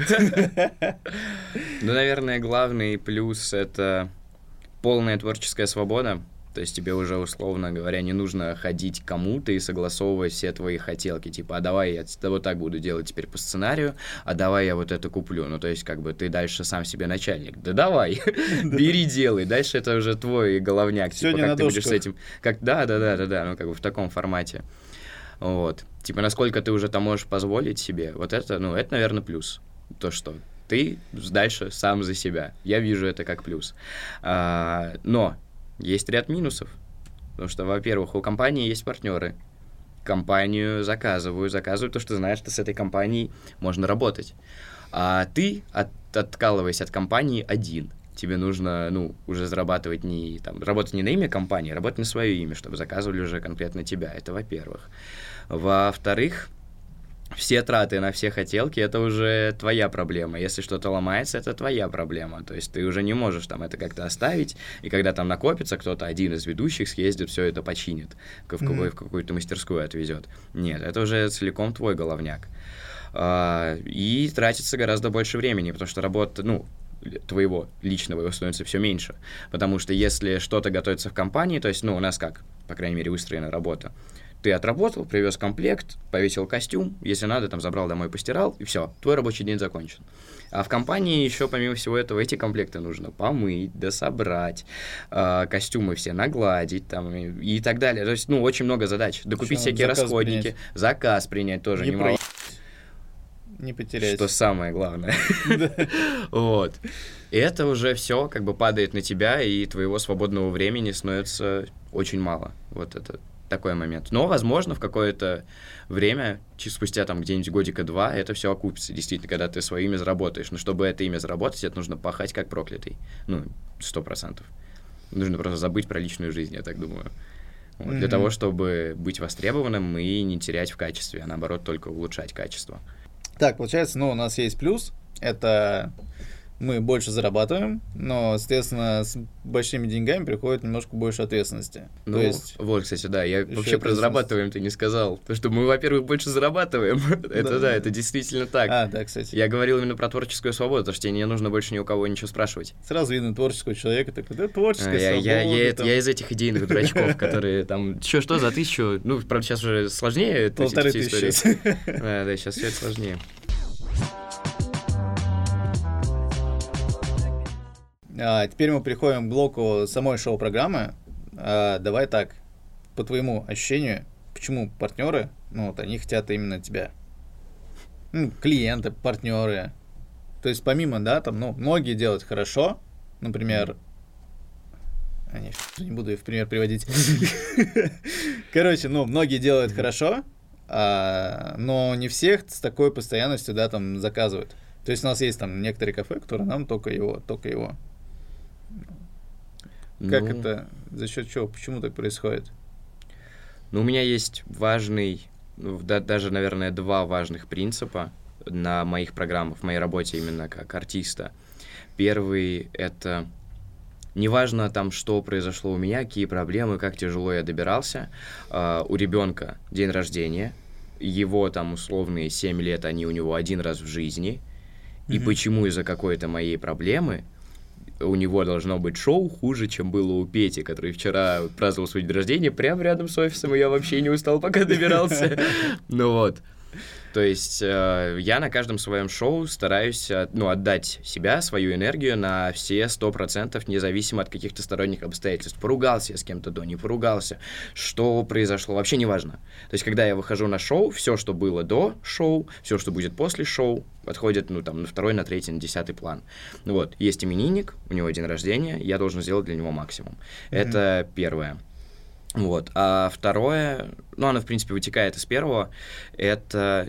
ну, наверное, главный плюс — это полная творческая свобода. То есть тебе уже, условно говоря, не нужно ходить к кому-то и согласовывать все твои хотелки. Типа, а давай я т- вот так буду делать теперь по сценарию, а давай я вот это куплю. Ну, то есть, как бы, ты дальше сам себе начальник. Да давай, бери, делай. Дальше это уже твой головняк. Типа, Сегодня как на ты будешь с дошках. этим... Как... Да, да, да, да, да, ну, как бы в таком формате. Вот. Типа, насколько ты уже там можешь позволить себе, вот это, ну, это, наверное, плюс. То, что ты дальше сам за себя. Я вижу это как плюс. А, но есть ряд минусов. Потому что, во-первых, у компании есть партнеры. Компанию заказываю, заказываю то, что знаешь, что с этой компанией можно работать. А ты, от, откалываясь от компании, один. Тебе нужно, ну, уже зарабатывать не, там, работать не на имя компании, а работать на свое имя, чтобы заказывали уже конкретно тебя. Это во-первых. Во-вторых, все траты на все хотелки — это уже твоя проблема. Если что-то ломается, это твоя проблема. То есть ты уже не можешь там это как-то оставить, и когда там накопится, кто-то один из ведущих съездит, все это починит, в, какой- Мгм. в какую-то мастерскую отвезет. Нет, это уже целиком твой головняк. А, и тратится гораздо больше времени, потому что работа, ну, твоего личного его становится все меньше. Потому что если что-то готовится в компании, то есть, ну, у нас как, по крайней мере, выстроена работа, ты отработал, привез комплект, повесил костюм, если надо, там забрал домой, постирал, и все, твой рабочий день закончен. А в компании еще, помимо всего этого, эти комплекты нужно помыть, дособрать, э, костюмы все нагладить там, и, и так далее. То есть, ну, очень много задач. Докупить Причем всякие заказ расходники, принять. заказ принять тоже Не немало. Не потерять. Что самое главное. Вот. И это уже все как бы падает на тебя, и твоего свободного времени становится очень мало. Вот это такой момент. Но, возможно, в какое-то время, спустя там где-нибудь годика два, это все окупится, действительно, когда ты свое имя заработаешь. Но чтобы это имя заработать, это нужно пахать как проклятый. Ну, сто процентов. Нужно просто забыть про личную жизнь, я так думаю. Вот. Mm-hmm. Для того, чтобы быть востребованным и не терять в качестве, а наоборот, только улучшать качество. Так, получается, ну, у нас есть плюс. Это мы больше зарабатываем, но, соответственно, с большими деньгами приходит немножко больше ответственности. Ну, То есть, вот, кстати, да, я вообще про зарабатываем ты не сказал. Потому что мы, во-первых, больше зарабатываем. Это да, это действительно так. А, да, кстати. Я говорил именно про творческую свободу, потому что тебе не нужно больше ни у кого ничего спрашивать. Сразу видно творческого человека, такой, да, творческая я, свобода. Я, я, я из этих идейных дурачков, которые там, что, что за тысячу? Ну, правда, сейчас уже сложнее. Полторы тысячи. Да, да, сейчас все это сложнее. А, теперь мы переходим к блоку самой шоу-программы. А, давай так, по твоему ощущению, почему партнеры, ну вот, они хотят именно тебя? Ну, клиенты, партнеры. То есть помимо, да, там, ну, многие делают хорошо, например... А, не, не буду их в пример приводить. Короче, ну, многие делают хорошо, но не всех с такой постоянностью, да, там, заказывают. То есть у нас есть там некоторые кафе, которые нам только его, только его. Как ну, это, за счет чего, почему так происходит? Ну, у меня есть важный, ну, да, даже, наверное, два важных принципа на моих программах, в моей работе именно как артиста. Первый — это неважно там, что произошло у меня, какие проблемы, как тяжело я добирался, э, у ребенка день рождения, его там условные семь лет, они у него один раз в жизни, mm-hmm. и почему из-за какой-то моей проблемы у него должно быть шоу хуже, чем было у Пети, который вчера праздновал свой день рождения прямо рядом с офисом, и я вообще не устал, пока добирался. Ну вот. То есть э, я на каждом своем шоу стараюсь ну, отдать себя, свою энергию на все сто процентов, независимо от каких-то сторонних обстоятельств. Поругался я с кем-то до, не поругался, что произошло, вообще не важно. То есть когда я выхожу на шоу, все, что было до шоу, все, что будет после шоу, отходит ну, там, на второй, на третий, на десятый план. Вот. Есть именинник, у него день рождения, я должен сделать для него максимум. Mm-hmm. Это первое. Вот. А второе, ну, оно, в принципе, вытекает из первого, это,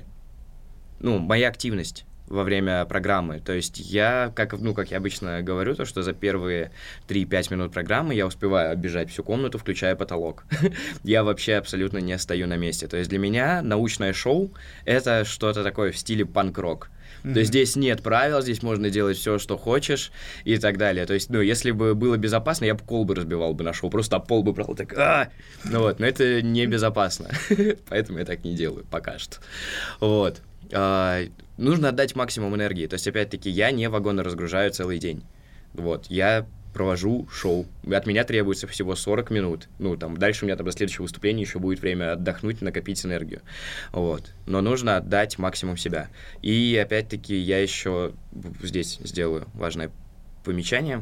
ну, моя активность во время программы. То есть я, как, ну, как я обычно говорю, то, что за первые три-пять минут программы я успеваю оббежать всю комнату, включая потолок. Я вообще абсолютно не стою на месте. То есть для меня научное шоу — это что-то такое в стиле панк-рок. Mm-hmm. То есть здесь нет правил, здесь можно делать все, что хочешь и так далее. То есть, ну, если бы было безопасно, я бы колбы разбивал бы на шоу, просто об пол бы брал, так, а Ну вот, но это небезопасно, поэтому я так не делаю пока что. Вот. А, нужно отдать максимум энергии. То есть, опять-таки, я не вагоны разгружаю целый день. Вот, я провожу шоу. От меня требуется всего сорок минут. Ну, там, дальше у меня там до следующего выступления еще будет время отдохнуть, накопить энергию. Вот. Но нужно отдать максимум себя. И, опять-таки, я еще здесь сделаю важное помечание.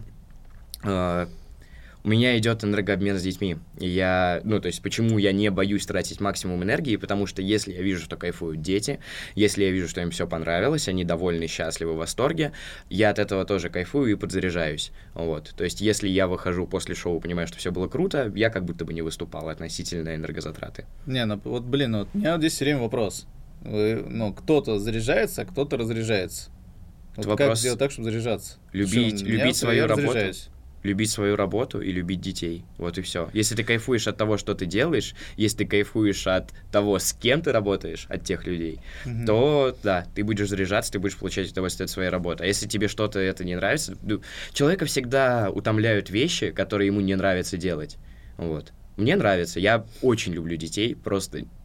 У меня идет энергообмен с детьми. И я, ну, то есть, почему я не боюсь тратить максимум энергии, потому что если я вижу, что кайфуют дети, если я вижу, что им все понравилось, они довольны, счастливы, в восторге, я от этого тоже кайфую и подзаряжаюсь. Вот. То есть, если я выхожу после шоу, понимаю, что все было круто, я как будто бы не выступал относительно энергозатраты. Не, ну, вот, блин, вот у меня вот здесь все время вопрос. Вы, ну, кто-то заряжается, а кто-то разряжается. Вот как вопрос... сделать так, чтобы заряжаться? Любить, Причем, любить свою работу. Любить свою работу и любить детей. Вот и все. Если ты кайфуешь от того, что ты делаешь, если ты кайфуешь от того, с кем ты работаешь, от тех людей, mm-hmm. то, да, ты будешь заряжаться, ты будешь получать удовольствие от своей работы. А если тебе что-то это не нравится... Ну, человека всегда утомляют вещи, которые ему не нравится делать. Вот. Мне нравится. Я очень люблю детей, просто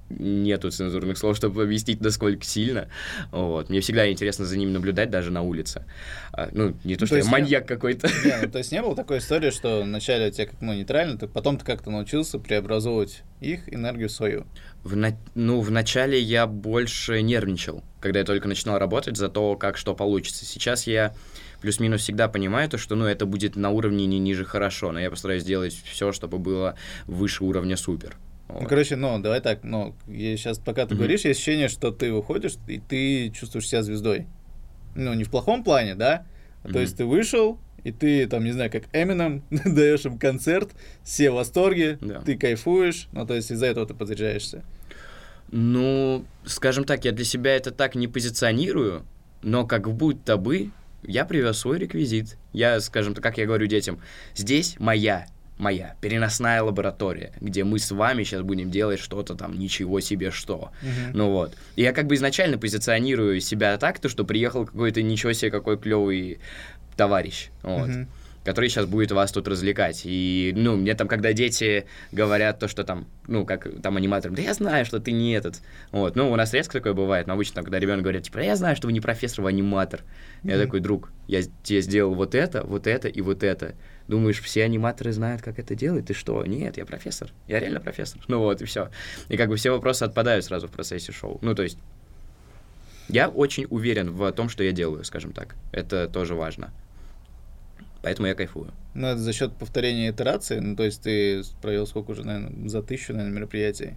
нету цензурных слов, чтобы объяснить, насколько сильно. Вот. Мне всегда интересно за ними наблюдать, даже на улице. А, ну, не то, Ну, что то я маньяк не... какой-то. Не, ну, то есть не было такой истории, что вначале у тебя как, ну, нейтрально, ты потом ты как-то научился преобразовывать их энергию в свою? В на... Ну, вначале я больше нервничал, когда я только начинал работать, за то, как что получится. Сейчас я плюс-минус всегда понимаю то, что, ну, это будет на уровне не ниже хорошо, но я постараюсь сделать все, чтобы было выше уровня супер. Вот. Ну, короче, ну, давай так, ну, я сейчас, пока ты mm-hmm. говоришь, есть ощущение, что ты выходишь, и ты чувствуешь себя звездой. Ну, не в плохом плане, да? Mm-hmm. То есть ты вышел, и ты, там, не знаю, как Эминем, даешь им концерт, все в восторге, yeah. ты кайфуешь, ну, то есть из-за этого ты подзаряжаешься. Ну, скажем так, я для себя это так не позиционирую, но как будто бы я привез свой реквизит. Я, скажем так, как я говорю детям, здесь моя, моя переносная лаборатория, где мы с вами сейчас будем делать что-то там, ничего себе что. Uh-huh. Ну вот. И я как бы изначально позиционирую себя так, то, что приехал какой-то ничего себе какой клевый товарищ. Вот. Uh-huh. Который сейчас будет вас тут развлекать. И, ну, мне там, когда дети говорят то, что там, ну, как там аниматорам, да я знаю, что ты не этот. Вот, ну, у нас редко такое бывает, но обычно, когда ребенок говорит, типа, да я знаю, что вы не профессор, вы аниматор. Mm-hmm. Я такой, друг, я тебе сделал вот это, вот это и вот это. Думаешь, все аниматоры знают, как это делать? Ты что? Нет, я профессор. Я реально профессор. Ну вот, и все. И как бы все вопросы отпадают сразу в процессе шоу. Ну, то есть, я очень уверен в том, что я делаю, скажем так. Это тоже важно. Поэтому я кайфую. Ну, это за счет повторения итерации? Ну, то есть ты провел сколько уже, наверное, за тысячу, наверное, мероприятий?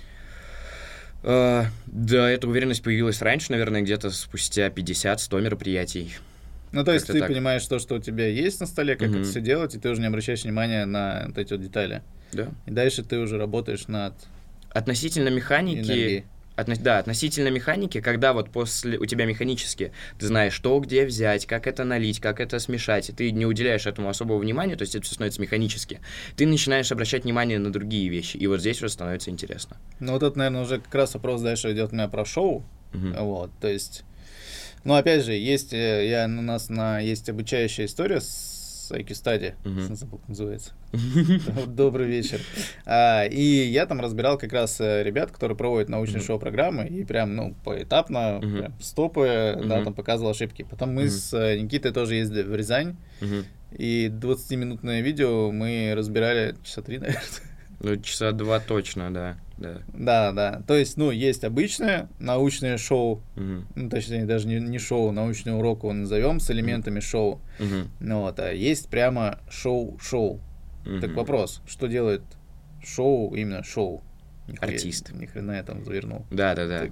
Uh, да, эта уверенность появилась раньше, наверное, где-то спустя пятьдесят-сто мероприятий. Ну, то есть как-то ты так. Понимаешь то, что у тебя есть на столе, как uh-huh. это все делать, и ты уже не обращаешь внимания на вот эти вот детали. Да. И дальше ты уже работаешь над... Относительно механики... Энергией. Отно... Да, относительно механики, когда вот после у тебя механически ты знаешь, что где взять, как это налить, как это смешать, и ты не уделяешь этому особого внимания, то есть это все становится механически, ты начинаешь обращать внимание на другие вещи, и вот здесь уже становится интересно. Ну вот это, наверное, уже как раз вопрос дальше идет у меня про шоу, uh-huh. вот, то есть, ну опять же, есть, я, у нас на, есть обучающая история с ай кью Study, uh-huh. забыл, как называется. Добрый вечер. А, и я там разбирал как раз ребят, которые проводят научные uh-huh. шоу-программы, и прям, ну, поэтапно, uh-huh. прям стопы, uh-huh. да, там показывал ошибки. Потом мы uh-huh. с Никитой тоже ездили в Рязань, uh-huh. и двадцатиминутное видео мы разбирали часа три, наверное. Ну, часа два точно, да. Да, да. да. То есть, ну, есть обычное научное шоу, uh-huh. ну, точнее, даже не, не шоу, научный урок его назовем, с элементами uh-huh. шоу. Uh-huh. Ну, вот, а есть прямо шоу-шоу. Uh-huh. Так вопрос, что делает шоу, именно шоу? Артист. Ни хрена я там завернул. Да-да-да.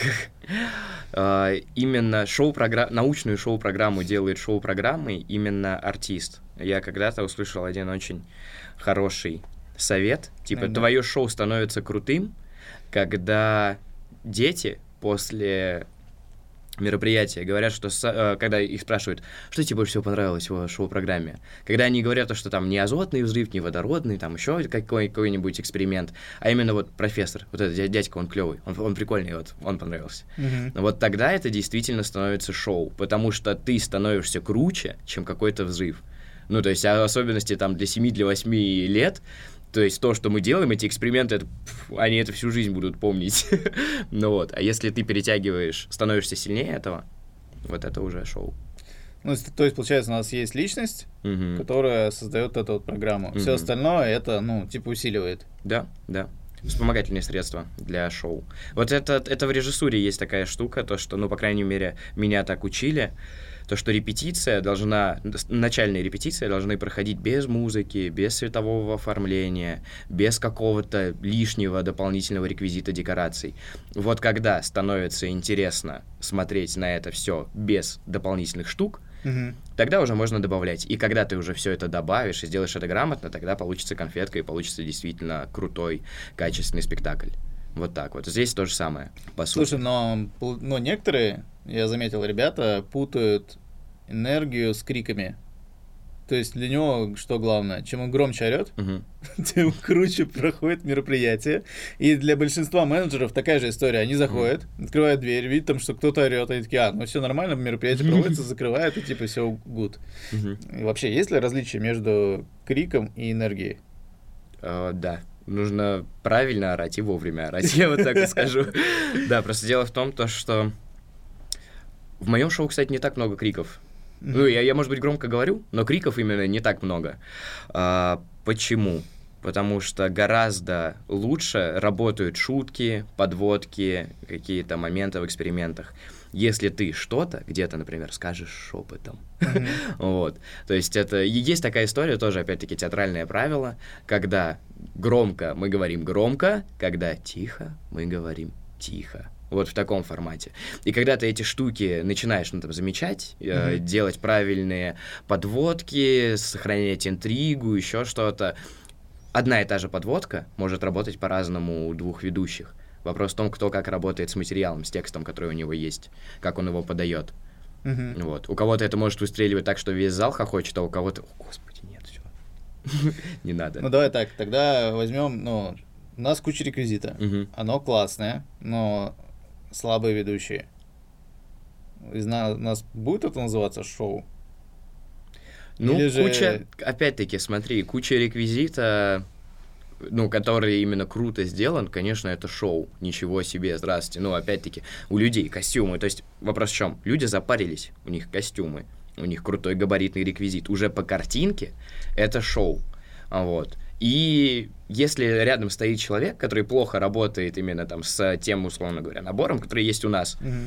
Именно шоу-программу, научную шоу-программу делает шоу-программой именно артист. Я когда-то услышал один очень хороший совет, типа, mm-hmm. твое шоу становится крутым, когда дети после мероприятия говорят, что, когда их спрашивают, что тебе больше всего понравилось в шоу-программе, когда они говорят, что там не азотный взрыв, не водородный, там еще какой- какой-нибудь эксперимент, а именно вот профессор, вот этот дядька, он клевый, он, он прикольный, вот, он понравился. Mm-hmm. Вот тогда это действительно становится шоу, потому что ты становишься круче, чем какой-то взрыв. Ну, то есть, особенности там для семи-восьми лет, то есть то, что мы делаем, эти эксперименты, это, пф, они это всю жизнь будут помнить. Ну вот, а если ты перетягиваешь, становишься сильнее этого, вот это уже шоу. Ну, то есть, получается, у нас есть личность, uh-huh. которая создает эту вот программу. Uh-huh. Все остальное это, ну, типа усиливает. Да, да. Вспомогательные средства для шоу. Вот это, это в режиссуре есть такая штука, то, что, ну, по крайней мере, меня так учили, то, что репетиция должна, начальные репетиции должны проходить без музыки, без светового оформления, без какого-то лишнего дополнительного реквизита декораций. Вот когда становится интересно смотреть на это все без дополнительных штук, угу. тогда уже можно добавлять. И когда ты уже все это добавишь и сделаешь это грамотно, тогда получится конфетка и получится действительно крутой, качественный спектакль. Вот так вот. Здесь то же самое, по сути. Слушай, но, но некоторые, я заметил, ребята путают энергию с криками. То есть для него что главное? Чем он громче орет, uh-huh. тем круче проходит мероприятие. И для большинства менеджеров такая же история. Они заходят, uh-huh. открывают дверь, видят там, что кто-то орет, они такие, а, ну все нормально, мероприятие проводится, закрывают, и типа все good. Uh-huh. И вообще, есть ли различие между криком и энергией? Uh, да. нужно правильно орать и вовремя орать, я вот так и скажу. Да, просто дело в том, то, что в моем шоу, кстати, не так много криков. Ну, я, я, может быть, громко говорю, но криков именно не так много. А, почему? Потому что гораздо лучше работают шутки, подводки, какие-то моменты в экспериментах. Если ты что-то где-то, например, скажешь шепотом. Mm-hmm. Вот. То есть это... Есть такая история, тоже, опять-таки, театральное правило, когда громко мы говорим громко, когда тихо мы говорим тихо. Вот в таком формате. И когда ты эти штуки начинаешь, ну, там, замечать, mm-hmm. э, делать правильные подводки, сохранять интригу, еще что-то, одна и та же подводка может работать по-разному у двух ведущих. Вопрос в том, кто как работает с материалом, с текстом, который у него есть, как он его подает. Mm-hmm. Вот. У кого-то это может выстреливать так, что весь зал хохочет, а у кого-то... О, господи, нет, все. Не надо. Ну, давай так, тогда возьмем, ну, у нас куча реквизита. Оно классное, но... слабые ведущие. Из нас, у нас будет это называться шоу? Ну, Или куча, же... опять-таки, смотри, куча реквизита, ну, который именно круто сделан, конечно, это шоу. Ничего себе, здравствуйте. Ну, опять-таки, у людей костюмы. То есть вопрос в чем? Люди запарились, у них костюмы, у них крутой габаритный реквизит. Уже по картинке это шоу. Вот. И если рядом стоит человек, который плохо работает именно там с тем, условно говоря, набором, который есть у нас, mm-hmm.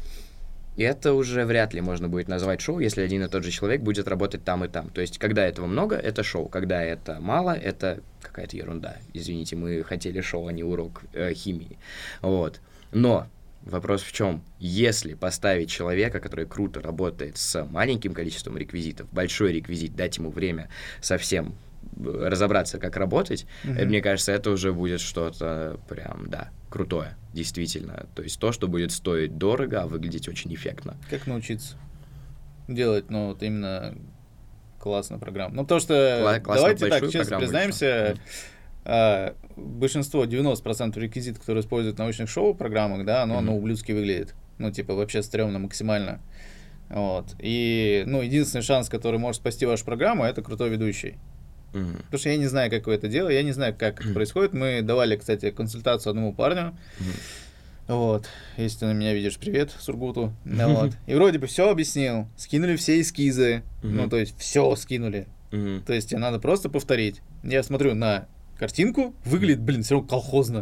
это уже вряд ли можно будет назвать шоу, если один и тот же человек будет работать там и там. То есть, когда этого много, это шоу. Когда это мало, это какая-то ерунда. Извините, мы хотели шоу, а не урок э, химии. Вот. Но вопрос в чем? Если поставить человека, который круто работает с маленьким количеством реквизитов, большой реквизит, дать ему время совсем разобраться, как работать, mm-hmm. мне кажется, это уже будет что-то прям, да, крутое, действительно. То есть то, что будет стоить дорого, а выглядеть очень эффектно. Как научиться делать, ну, вот именно классную программу? Ну, потому что, Кла- давайте так, честно признаемся, а, большинство, девяносто процентов реквизитов, которые используют в научных шоу-программах, да, оно, mm-hmm. оно ублюдски выглядит. Ну, типа, вообще стрёмно максимально. Вот. И, ну, единственный шанс, который может спасти вашу программу, это крутой ведущий. Mm-hmm. Потому что я не знаю, как вы это делаете, я не знаю, как mm-hmm. это происходит. Мы давали, кстати, консультацию одному парню. Mm-hmm. Вот. Если ты на меня видишь, привет, Сургуту. Mm-hmm. Вот. И вроде бы все объяснил. Скинули все эскизы. Mm-hmm. Ну, то есть, все скинули. Mm-hmm. То есть, тебе надо просто повторить. Я смотрю на картинку, выглядит, блин, все равно колхозно.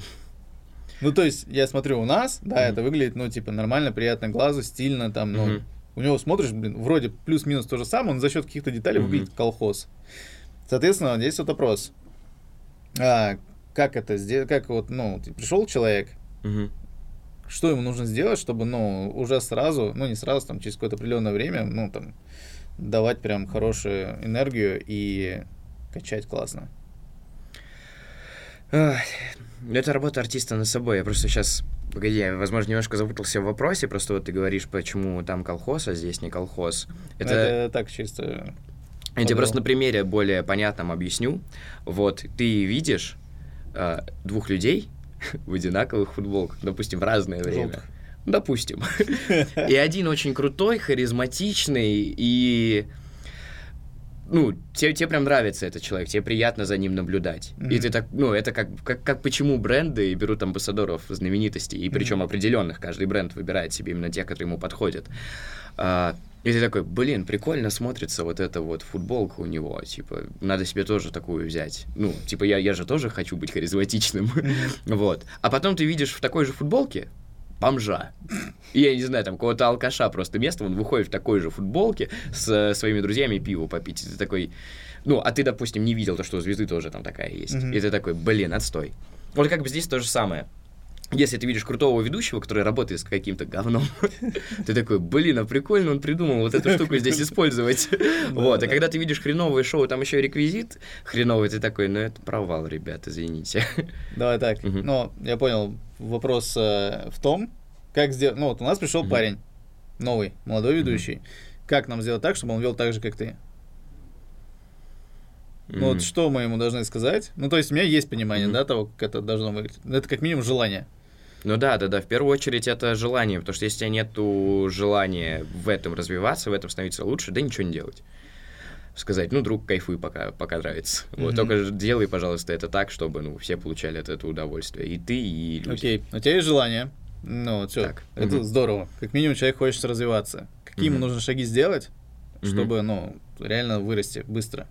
Ну, то есть, я смотрю у нас, да, mm-hmm. это выглядит, ну, типа, нормально, приятно глазу, стильно, там, ну, mm-hmm. у него смотришь, блин, вроде плюс-минус то же самое, но за счет каких-то деталей mm-hmm. выглядит колхоз. Соответственно, здесь вот вопрос. А, как это сделать? Как вот, ну, пришел человек, угу. что ему нужно сделать, чтобы, ну, уже сразу, ну, не сразу, там, через какое-то определенное время, ну, там, давать прям хорошую энергию и качать классно? Это работа артиста над собой. Я просто сейчас, погоди, я, возможно, немножко запутался в вопросе, просто вот ты говоришь, почему там колхоз, а здесь не колхоз. Это, это так, чисто... Я тебе просто на примере более понятном объясню. Вот, ты видишь э, двух людей в одинаковых футболках, допустим, в разное время. Желтых. Допустим. И один очень крутой, харизматичный, и... Ну, тебе, тебе прям нравится этот человек, тебе приятно за ним наблюдать. Mm-hmm. И ты так, ну, это как, как, как почему бренды берут амбассадоров знаменитостей, и причем mm-hmm. определенных, каждый бренд выбирает себе именно те, которые ему подходят. А, и ты такой, блин, прикольно смотрится вот эта вот футболка у него, типа, надо себе тоже такую взять. Ну, типа, я, я же тоже хочу быть харизматичным. Mm-hmm. Вот. А потом ты видишь в такой же футболке бомжа. И я не знаю, там, какого-то алкаша просто место, он выходит в такой же футболке с своими друзьями пиво попить. И ты такой... Ну, а ты, допустим, не видел то, что у звезды тоже там такая есть. Mm-hmm. И ты такой, блин, отстой. Вот как бы здесь то же самое. Если ты видишь крутого ведущего, который работает с каким-то говном, ты такой, блин, а прикольно он придумал вот эту штуку здесь использовать. Вот, и когда ты видишь хреновое шоу, там еще и реквизит хреновый, ты такой, ну это провал, ребят, извините. Давай так, ну, я понял, вопрос в том, как сделать, ну вот у нас пришел парень, новый, молодой ведущий, как нам сделать так, чтобы он вел так же, как ты? Ну вот что мы ему должны сказать? Ну то есть у меня есть понимание, да, того, как это должно выглядеть, это как минимум желание. Ну да, да, да, в первую очередь это желание, потому что если у тебя нету желания в этом развиваться, в этом становиться лучше, да ничего не делать. сказать, ну, друг, кайфуй, пока, пока нравится. Mm-hmm. Вот, только делай, пожалуйста, это так, чтобы, ну, все получали от этого удовольствие. И ты, и люди. Окей, okay. У тебя есть желание? Ну, вот все. Так. Это mm-hmm. здорово. Как минимум, человек хочет развиваться. Какие mm-hmm. ему нужно шаги сделать, чтобы, mm-hmm. ну, реально вырасти быстро?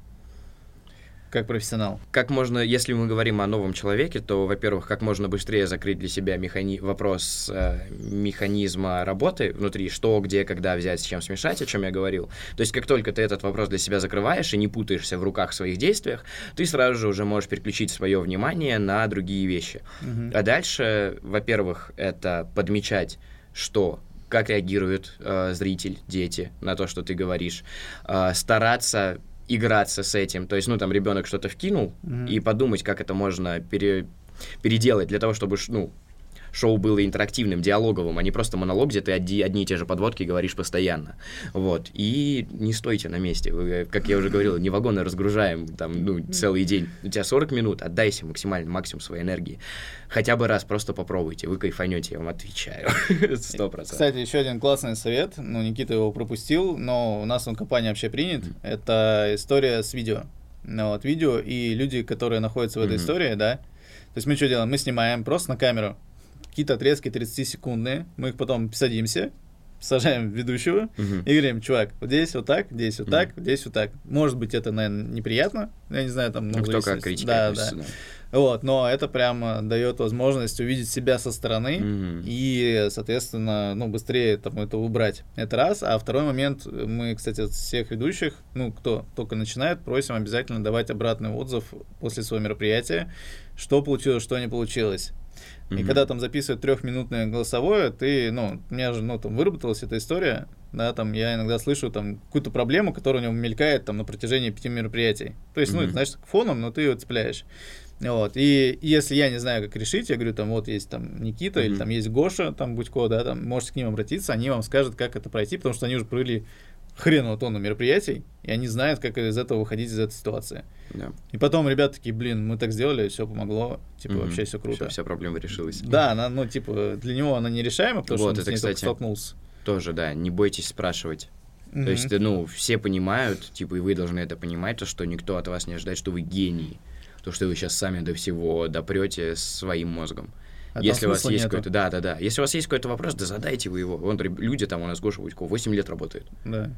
Как профессионал. Как можно, если мы говорим о новом человеке, то, во-первых, как можно быстрее закрыть для себя механи... вопрос э, механизма работы внутри, что, где, когда взять, с чем смешать, о чем я говорил. То есть, как только ты этот вопрос для себя закрываешь и не путаешься в руках в своих действиях, ты сразу же уже можешь переключить свое внимание на другие вещи. Угу. А дальше, во-первых, это подмечать, что... как реагирует э, зритель, дети на то, что ты говоришь, э, стараться играться с этим, то есть, ну, там, ребенок что-то вкинул, mm-hmm. и подумать, как это можно пере... переделать для того, чтобы, ну, шоу было интерактивным, диалоговым, а не просто монолог, где ты одни, одни и те же подводки говоришь постоянно. Вот. И не стойте на месте. Вы, как я уже говорил, не вагоны разгружаем там, ну, целый день. У тебя сорок минут, отдайся максимально, максимум своей энергии. Хотя бы раз просто попробуйте, вы кайфанете, я вам отвечаю. Сто процентов. Кстати, еще один классный совет, ну, Никита его пропустил, но у нас он в компании вообще принят, mm-hmm. это история с видео. Ну, вот, видео и люди, которые находятся в этой mm-hmm. истории, да, то есть мы что делаем? Мы снимаем просто на камеру какие-то отрезки тридцатисекундные, мы их потом садимся, сажаем ведущего uh-huh. и говорим, чувак, вот здесь вот так, здесь вот uh-huh. так, здесь вот так. Может быть, это, наверное, неприятно, я не знаю, там... Ну, кто как критика да, да. да. Вот, но это прям дает возможность увидеть себя со стороны uh-huh. и, соответственно, ну, быстрее там это убрать. Это раз. А второй момент, мы, кстати, от всех ведущих, ну, кто только начинает, просим обязательно давать обратный отзыв после своего мероприятия, что получилось, что не получилось. И mm-hmm. когда там записывают трехминутное голосовое, ты, ну, у меня же, ну, там выработалась эта история, да, там я иногда слышу там какую-то проблему, которая у него мелькает там на протяжении пяти мероприятий. То есть, mm-hmm. ну, это, знаешь, фоном, но ты ее цепляешь. Вот, и, и если я не знаю, как решить, я говорю, там, вот есть там Никита mm-hmm. или там есть Гоша, там, Будько, да, там, можете к ним обратиться, они вам скажут, как это пройти, потому что они уже провели хреново тонну мероприятий, и они знают, как из этого выходить, из этой ситуации. Yeah. И потом ребята такие, блин, мы так сделали, все помогло, типа, mm-hmm. вообще все круто. Все, вся проблема решилась. Да, она, ну, типа, для него она нерешаема, потому вот, что он это, с ней кстати, только столкнулся. Тоже, да, не бойтесь спрашивать. Mm-hmm. То есть, ну, все понимают, типа, и вы должны это понимать, то, что никто от вас не ожидает, что вы гений, то, что вы сейчас сами до всего допрете своим мозгом. А если у вас есть нету. какой-то, да, да, да. Если у вас есть какой-то вопрос, да задайте вы его. Вон люди там у нас, Гоша Будько, восемь лет работает. Да.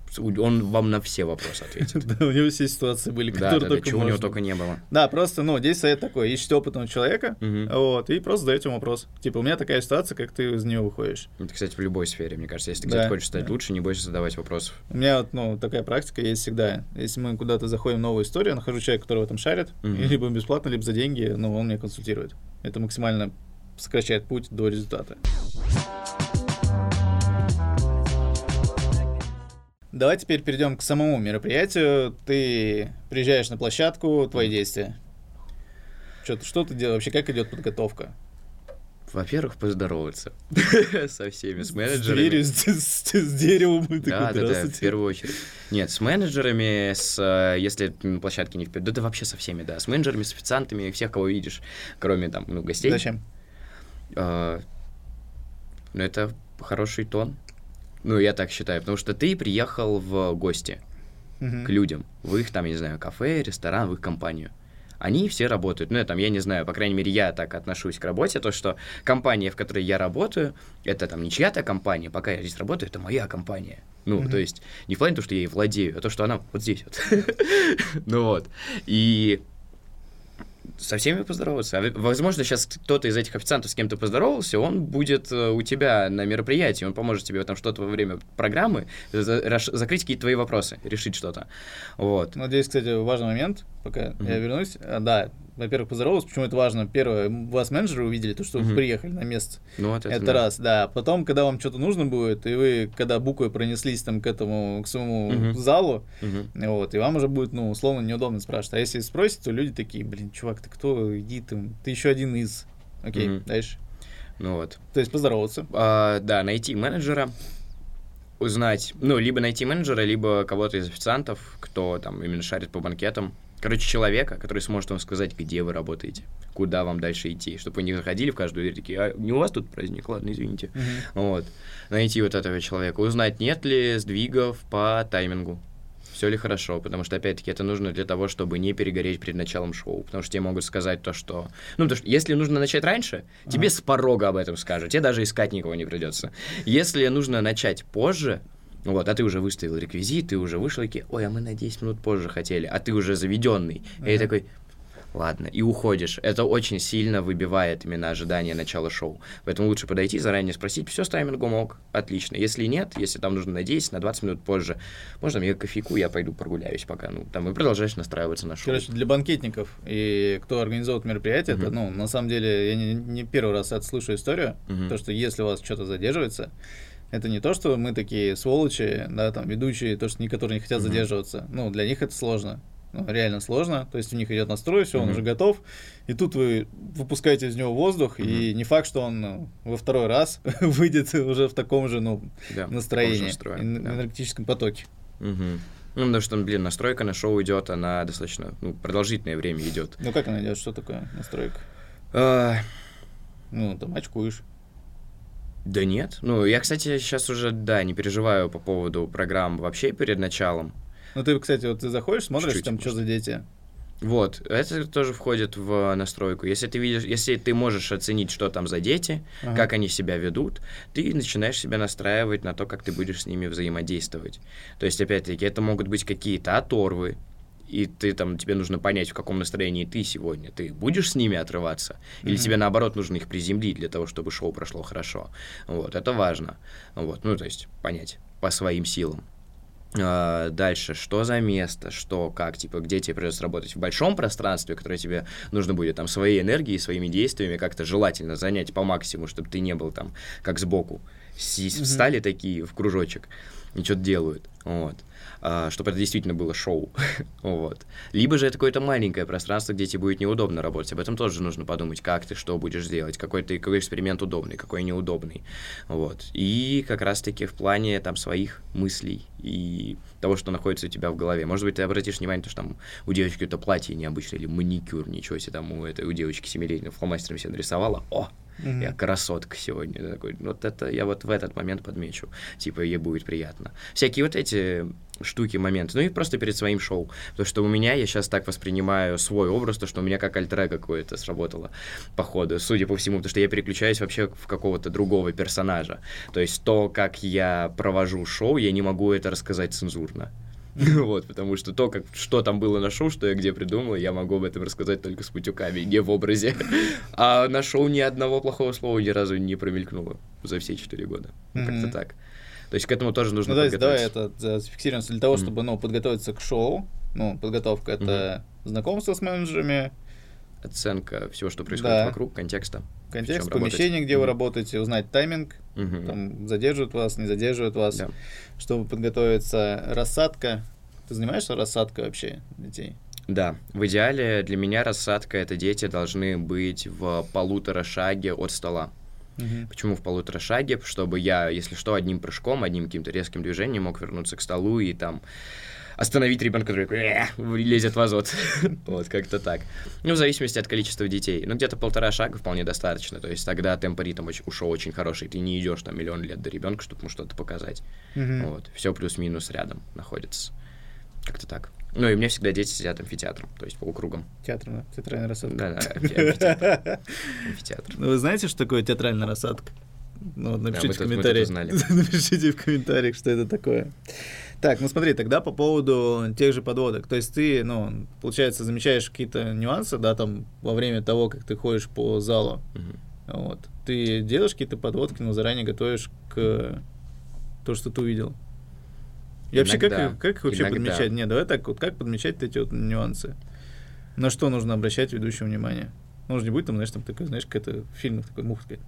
Он вам на все вопросы ответит. Да, у него все ситуации были, которые только можно. Чего у него только не было. Да, просто, ну, здесь совет такой, ищите опытного человека, вот, и просто задаете ему вопрос. Типа, у меня такая ситуация, как ты из нее выходишь. Это, кстати, в любой сфере, мне кажется. Если ты где-то хочешь стать лучше, не бойся задавать вопросов. У меня вот, ну, такая практика есть всегда. Если мы куда-то заходим в новую историю, я нахожу человека, который в этом шарит, либо бесплатно, либо за деньги, ну, он меня консультирует. Это максимально сокращает путь до результата. Давай теперь перейдем к самому мероприятию. Ты приезжаешь на площадку, твои действия. Что, что ты делаешь? Вообще, как идет подготовка? Во-первых, поздороваться со всеми, с менеджерами. С деревом. Да, да, да, в первую очередь. Нет, с менеджерами, с, если на площадке не вперед, да, да вообще со всеми, да, с менеджерами, с официантами, всех, кого видишь, кроме там, ну, гостей. Зачем? Ну, это хороший тон. Ну, я так считаю, потому что ты приехал в гости uh-huh. к людям, в их, там, не знаю, кафе, ресторан, в их компанию. Они все работают. Ну, я, там, я не знаю, по крайней мере, я так отношусь к работе, то, что компания, в которой я работаю, это там не чья-то компания, пока я здесь работаю, это моя компания. Ну, uh-huh. то есть, не в плане того, что я ей владею, а то, что она вот здесь вот. Ну вот. И со всеми поздороваться. Возможно, сейчас кто-то из этих официантов с кем-то поздоровался, он будет у тебя на мероприятии, он поможет тебе там что-то во время программы закрыть какие-то твои вопросы, решить что-то. Вот. Ну, здесь, кстати, важный момент, пока mm-hmm. я вернусь. А, да, во-первых, поздоровался, почему это важно. Первое, вас менеджеры увидели, то, что mm-hmm. вы приехали на место. Ну, вот это это да. раз, да. Потом, когда вам что-то нужно будет, и вы, когда буквой пронеслись там к этому, к своему mm-hmm. залу, mm-hmm. вот, и вам уже будет, ну, условно, неудобно спрашивать. А если спросите, то люди такие, блин, чувак, ты кто? Иди там, ты еще один из. Окей, mm-hmm. дальше. Ну вот. То есть поздороваться. А, да, найти менеджера, узнать, ну, либо найти менеджера, либо кого-то из официантов, кто там именно шарит по банкетам. Короче, человека, который сможет вам сказать, где вы работаете, куда вам дальше идти, чтобы вы не заходили в каждую дверь, такие, а не у вас тут праздник, ладно, извините. Uh-huh. Вот. Найти вот этого человека, узнать, нет ли сдвигов по таймингу. все ли хорошо, потому что, опять-таки, это нужно для того, чтобы не перегореть перед началом шоу, потому что тебе могут сказать то, что... Ну, потому что если нужно начать раньше, ага. тебе с порога об этом скажут, тебе даже искать никого не придется. Если нужно начать позже, вот, а ты уже выставил реквизит, ты уже вышел, и ой, а мы на десять минут позже хотели, а ты уже заведенный, ага. и такой... Ладно, и уходишь. Это очень сильно выбивает именно ожидание начала шоу. Поэтому лучше подойти, заранее спросить, все с таймингом ок, отлично. Если нет, если там нужно на десять, на двадцать минут позже, можно мне кофейку, я пойду прогуляюсь пока. Ну, там и продолжаешь настраиваться на шоу. Короче, для банкетников и кто организует мероприятие, uh-huh. это, ну, на самом деле, я не, не первый раз это слышу историю, uh-huh. то, что если у вас что-то задерживается, это не то, что мы такие сволочи, да, там, ведущие, то, что некоторые не хотят uh-huh. задерживаться. Ну, для них это сложно. Ну, реально сложно, то есть у них идет настрой, все, mm-hmm. он уже готов, и тут вы выпускаете из него воздух, mm-hmm. и не факт, что он ну, во второй раз выйдет уже в таком же ну, да, настроении, настрое, эн- да. энергетическом потоке. Mm-hmm. Ну, потому что, блин, настройка на шоу идет, она достаточно ну, продолжительное время идет. Ну, как она идет, что такое настройка? Uh... Ну, там очкуешь. Да нет, ну, я, кстати, сейчас уже, да, не переживаю по поводу программ вообще перед началом. Ну, ты, кстати, вот ты заходишь, смотришь, Чуть-чуть, там, может. что за дети. Вот, это тоже входит в настройку. Если ты видишь, если ты можешь оценить, что там за дети, ага. как они себя ведут, ты начинаешь себя настраивать на то, как ты будешь с ними взаимодействовать. То есть, опять-таки, это могут быть какие-то оторвы, и ты там, тебе нужно понять, в каком настроении ты сегодня. Ты будешь с ними отрываться? Или mm-hmm. тебе, наоборот, нужно их приземлить для того, чтобы шоу прошло хорошо? Вот, это важно. Вот, ну, то есть, понять по своим силам. Uh, дальше, что за место, что, как, типа, где тебе придется работать в большом пространстве, которое тебе нужно будет там своей энергией, своими действиями как-то желательно занять по максимуму, чтобы ты не был там как сбоку. Mm-hmm. Встали такие в кружочек и что-то делают, вот. Uh, чтобы это действительно было шоу, вот. Либо же это какое-то маленькое пространство, где тебе будет неудобно работать, об этом тоже нужно подумать, как ты, что будешь делать, какой ты, какой эксперимент удобный, какой неудобный, вот. И как раз-таки в плане там своих мыслей и того, что находится у тебя в голове. Может быть, ты обратишь внимание, то, что там у девочки какое-то платье необычное или маникюр, ничего себе, там у, этой, у девочки семилетней фломастером себе нарисовала, о, Mm-hmm. я красотка сегодня. Такой, вот это я вот в этот момент подмечу. Типа, ей будет приятно. Всякие вот эти штуки, моменты. Ну и просто перед своим шоу. Потому что у меня, я сейчас так воспринимаю свой образ, то, что у меня как альтер-эго какое-то сработало по ходу, судя по всему, потому что я переключаюсь вообще в какого-то другого персонажа. То есть то, как я провожу шоу, я не могу это рассказать цензурно. Вот, потому что то, как, что там было на шоу, что я где придумал, я могу об этом рассказать только с матюками, не в образе. А на шоу ни одного плохого слова ни разу не промелькнуло за все четыре года. Mm-hmm. Как-то так. То есть к этому тоже нужно ну, подготовиться. Давай это зафиксируем для того, mm-hmm. чтобы ну, подготовиться к шоу. Ну, подготовка — это mm-hmm. знакомство с менеджерами. Оценка всего, что происходит да. вокруг, контекста. Контекст, помещение, где mm-hmm. вы работаете, узнать тайминг, mm-hmm. там, задерживают вас, не задерживают вас, yeah. чтобы подготовиться. Рассадка. Ты занимаешься рассадкой вообще детей? Да. В идеале для меня рассадка — это дети должны быть в полутора шаге от стола. Uh-huh. Почему в полутора шаге? Чтобы я, если что, одним прыжком, одним каким-то резким движением мог вернуться к столу и там остановить ребенка, который лезет в азот. Вот, как-то так. Ну, в зависимости от количества детей. Ну, где-то полтора шага вполне достаточно. То есть тогда темпоритм ушел очень хороший. Ты не идешь там миллион лет до ребенка, чтобы ему что-то показать. Mm-hmm. Вот. Все плюс-минус рядом находится. Как-то так. Ну, и у меня всегда дети сидят амфитеатром, то есть полукругом. Театром, да? Театральная рассадка. Да, да, амфитеатр. Амфитеатр. Ну, вы знаете, что такое театральная рассадка? Ну, напишите в комментариях. Напишите в комментариях, что это такое. Так, ну смотри, тогда по поводу тех же подводок. То есть ты, ну, получается, замечаешь какие-то нюансы, да, там, во время того, как ты ходишь по залу. Угу. Вот. Ты делаешь какие-то подводки, но заранее готовишь к то, что ты увидел. И вообще, как, как вообще Иногда. подмечать? Нет, давай так, вот как подмечать эти вот нюансы? На что нужно обращать ведущему внимание? Ну, же не будет там, знаешь, там такой, знаешь, какая-то в фильмах такой муха такая.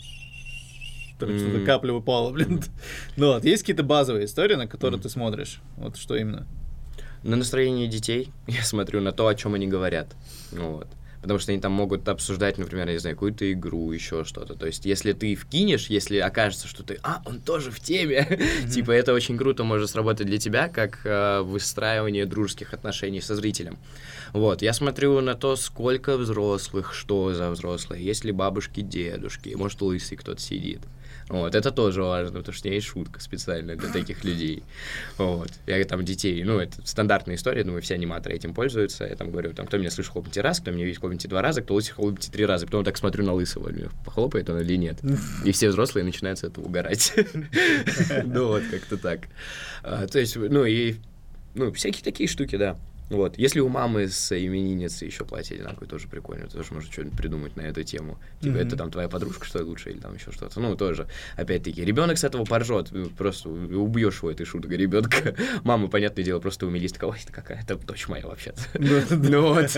Mm. Что-то капля выпала, блин. Mm. Ну вот, есть какие-то базовые истории, на которые mm. ты смотришь? Вот что именно? На настроение детей я смотрю на то, о чем они говорят. Вот. Потому что они там могут обсуждать, например, я не знаю, какую-то игру, еще что-то. То есть, если ты вкинешь, если окажется, что ты, а, он тоже в теме, mm-hmm. типа, это очень круто может сработать для тебя, как э, выстраивание дружеских отношений со зрителем. Вот, я смотрю на то, сколько взрослых, что за взрослые, есть ли бабушки, дедушки, может, лысый кто-то сидит. Вот, это тоже важно, потому что есть шутка специально для таких людей. Вот, я там детей, ну, это стандартная история, думаю, все аниматоры этим пользуются. Я там говорю, там, кто меня слышит, хлопните раз, кто меня видит, хлопните два раза, кто лысый, хлопните три раза. Потом так смотрю на лысого, похлопает он или нет. И все взрослые начинают с этого угорать. Ну, вот, как-то так. То есть, ну, и, ну, всякие такие штуки, да. Вот. Если у мамы с именинницей еще платье одинаковое, тоже прикольно, тоже можно что-нибудь придумать на эту тему. Типа, mm-hmm. это там твоя подружка, что ли, лучше, или там еще что-то. Ну, тоже, опять-таки, ребенок с этого поржет, просто убьешь его этой шуткой ребенка. Мама, понятное дело, просто умились, такая, ой, это какая, это дочь моя вообще-то. Ну вот.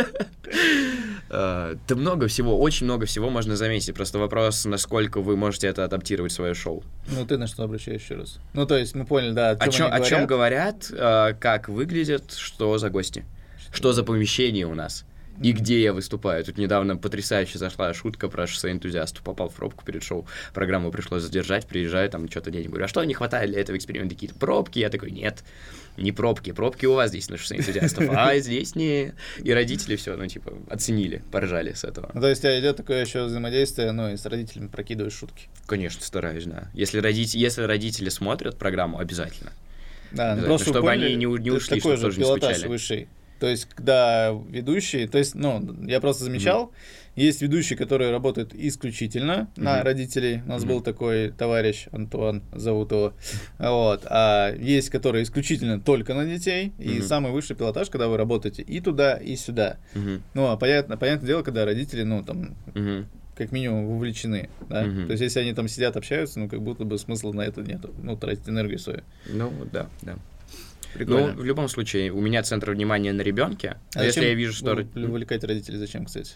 Да много всего, очень много всего можно заметить. Просто вопрос, насколько вы можете это адаптировать в свое шоу. Ну, ты на что обращаешь еще раз? Ну, то есть, мы поняли, да, о чем, о чем говорят, как выглядят, что за гости, что за помещение у нас и где я выступаю. Тут недавно потрясающе зашла шутка про шоссе-энтузиастов. Попал в пробку перед шоу, программу пришлось задержать, приезжаю, там что-то денег. Говорю, а что не хватает для этого эксперимента? Какие-то пробки? Я такой, нет, не пробки, пробки у вас здесь на шоссе-энтузиастов, а здесь не... И родители все, ну, типа, оценили, поржали с этого. Ну, то есть, у тебя идет такое еще взаимодействие, ну, и с родителями прокидываешь шутки? Конечно, стараюсь, да. Если, родители, если родители смотрят программу, обязательно. Да, ну, просто чтобы поняли, они не, не ушли, такой чтобы же тоже не скучали. Высший. То есть, когда ведущий, то есть, ну, я просто замечал, mm-hmm. есть ведущие, которые работают исключительно mm-hmm. на родителей. У нас mm-hmm. был такой товарищ Антуан, зовут его. Вот. А есть, которые исключительно только на детей. Mm-hmm. И самый высший пилотаж, когда вы работаете и туда, и сюда. Mm-hmm. Ну, а понятно, понятное дело, когда родители, ну, там... Mm-hmm. как минимум вовлечены, да, mm-hmm. то есть если они там сидят, общаются, ну как будто бы смысла на это нет, ну тратить энергию свою. Ну да, да. Прикольно. Ну в любом случае у меня центр внимания на ребенке. А если я вижу, что вовлекать родителей, зачем, кстати?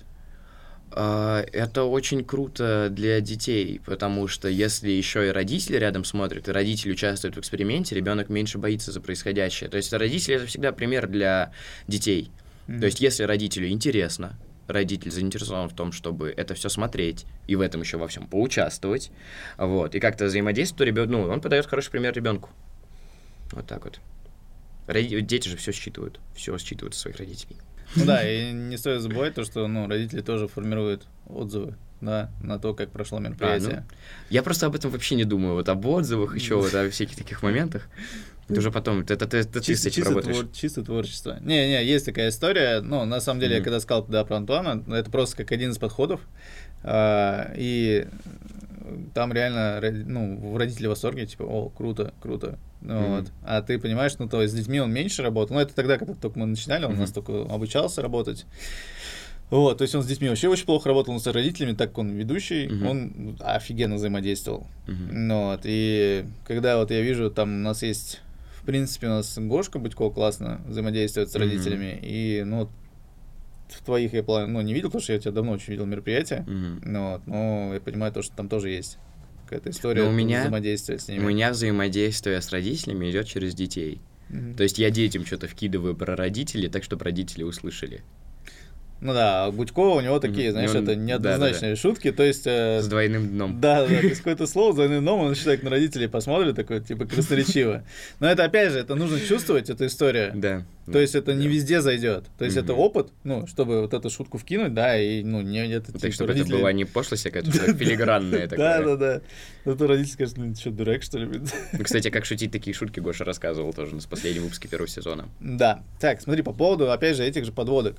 Это очень круто для детей, потому что если еще и родители рядом смотрят, и родители участвуют в эксперименте, ребенок меньше боится за происходящее. То есть родители это всегда пример для детей. Mm-hmm. То есть если родителю интересно, родитель заинтересован в том, чтобы это все смотреть и в этом еще во всем поучаствовать, вот, и как-то взаимодействовать, ребенок, ну, он подает хороший пример ребенку. Вот так вот. Роди- дети же все считывают, все считывают со своих родителей. Ну да, и не стоит забывать то, что, ну, родители тоже формируют отзывы, да, на то, как прошло мероприятие. А, ну, я просто об этом вообще не думаю, вот об отзывах, еще вот о всяких таких моментах. Это уже потом, это, это, это чисто, ты с этим работаешь. Твор, чисто творчество. Не-не, есть такая история, ну, на самом деле, mm-hmm. я когда сказал тогда про Антуана, это просто как один из подходов, а, и там реально, ну, родители в восторге, типа, о, круто, круто, ну, mm-hmm. вот. А ты понимаешь, ну, то есть с детьми он меньше работал, ну, это тогда, когда только мы начинали, он mm-hmm. у нас только обучался работать. Вот, то есть он с детьми вообще очень плохо работал, но с родителями, так как он ведущий, uh-huh. он офигенно взаимодействовал. Uh-huh. Ну, вот, и когда вот я вижу, там у нас есть, в принципе, у нас Гошка Будько классно взаимодействует с родителями, uh-huh. и, ну, в твоих я, ну, не видел, потому что я тебя давно очень видел мероприятия, uh-huh. ну, вот, но я понимаю то, что там тоже есть какая-то история у меня, взаимодействия с ними. У меня взаимодействие с родителями идет через детей. Uh-huh. То есть я детям что-то вкидываю про родителей, так, чтобы родители услышали. Ну да, Будько, у него такие, mm-hmm. знаешь, он, это неоднозначные да, да, да. шутки, то есть... Э, с двойным дном. Да, да, то есть какое-то слово с двойным дном, он человек на родителей посмотрит, такой, типа, красноречиво. Но это, опять же, это нужно чувствовать, эту историю. Да. То есть это да. не везде зайдет. То есть mm-hmm. это опыт, ну, чтобы вот эту шутку вкинуть, да, и, ну, не... Это, так, чтобы родители... это была не пошлость, а какая-то филигранная такая. Да, да, да. Ну, то родители скажут, ну, ты что, дурак, что ли? Ну, кстати, как шутить такие шутки Гоша рассказывал тоже на последнем выпуске первого сезона. Да. Так, смотри, по поводу, опять же, этих же подводок.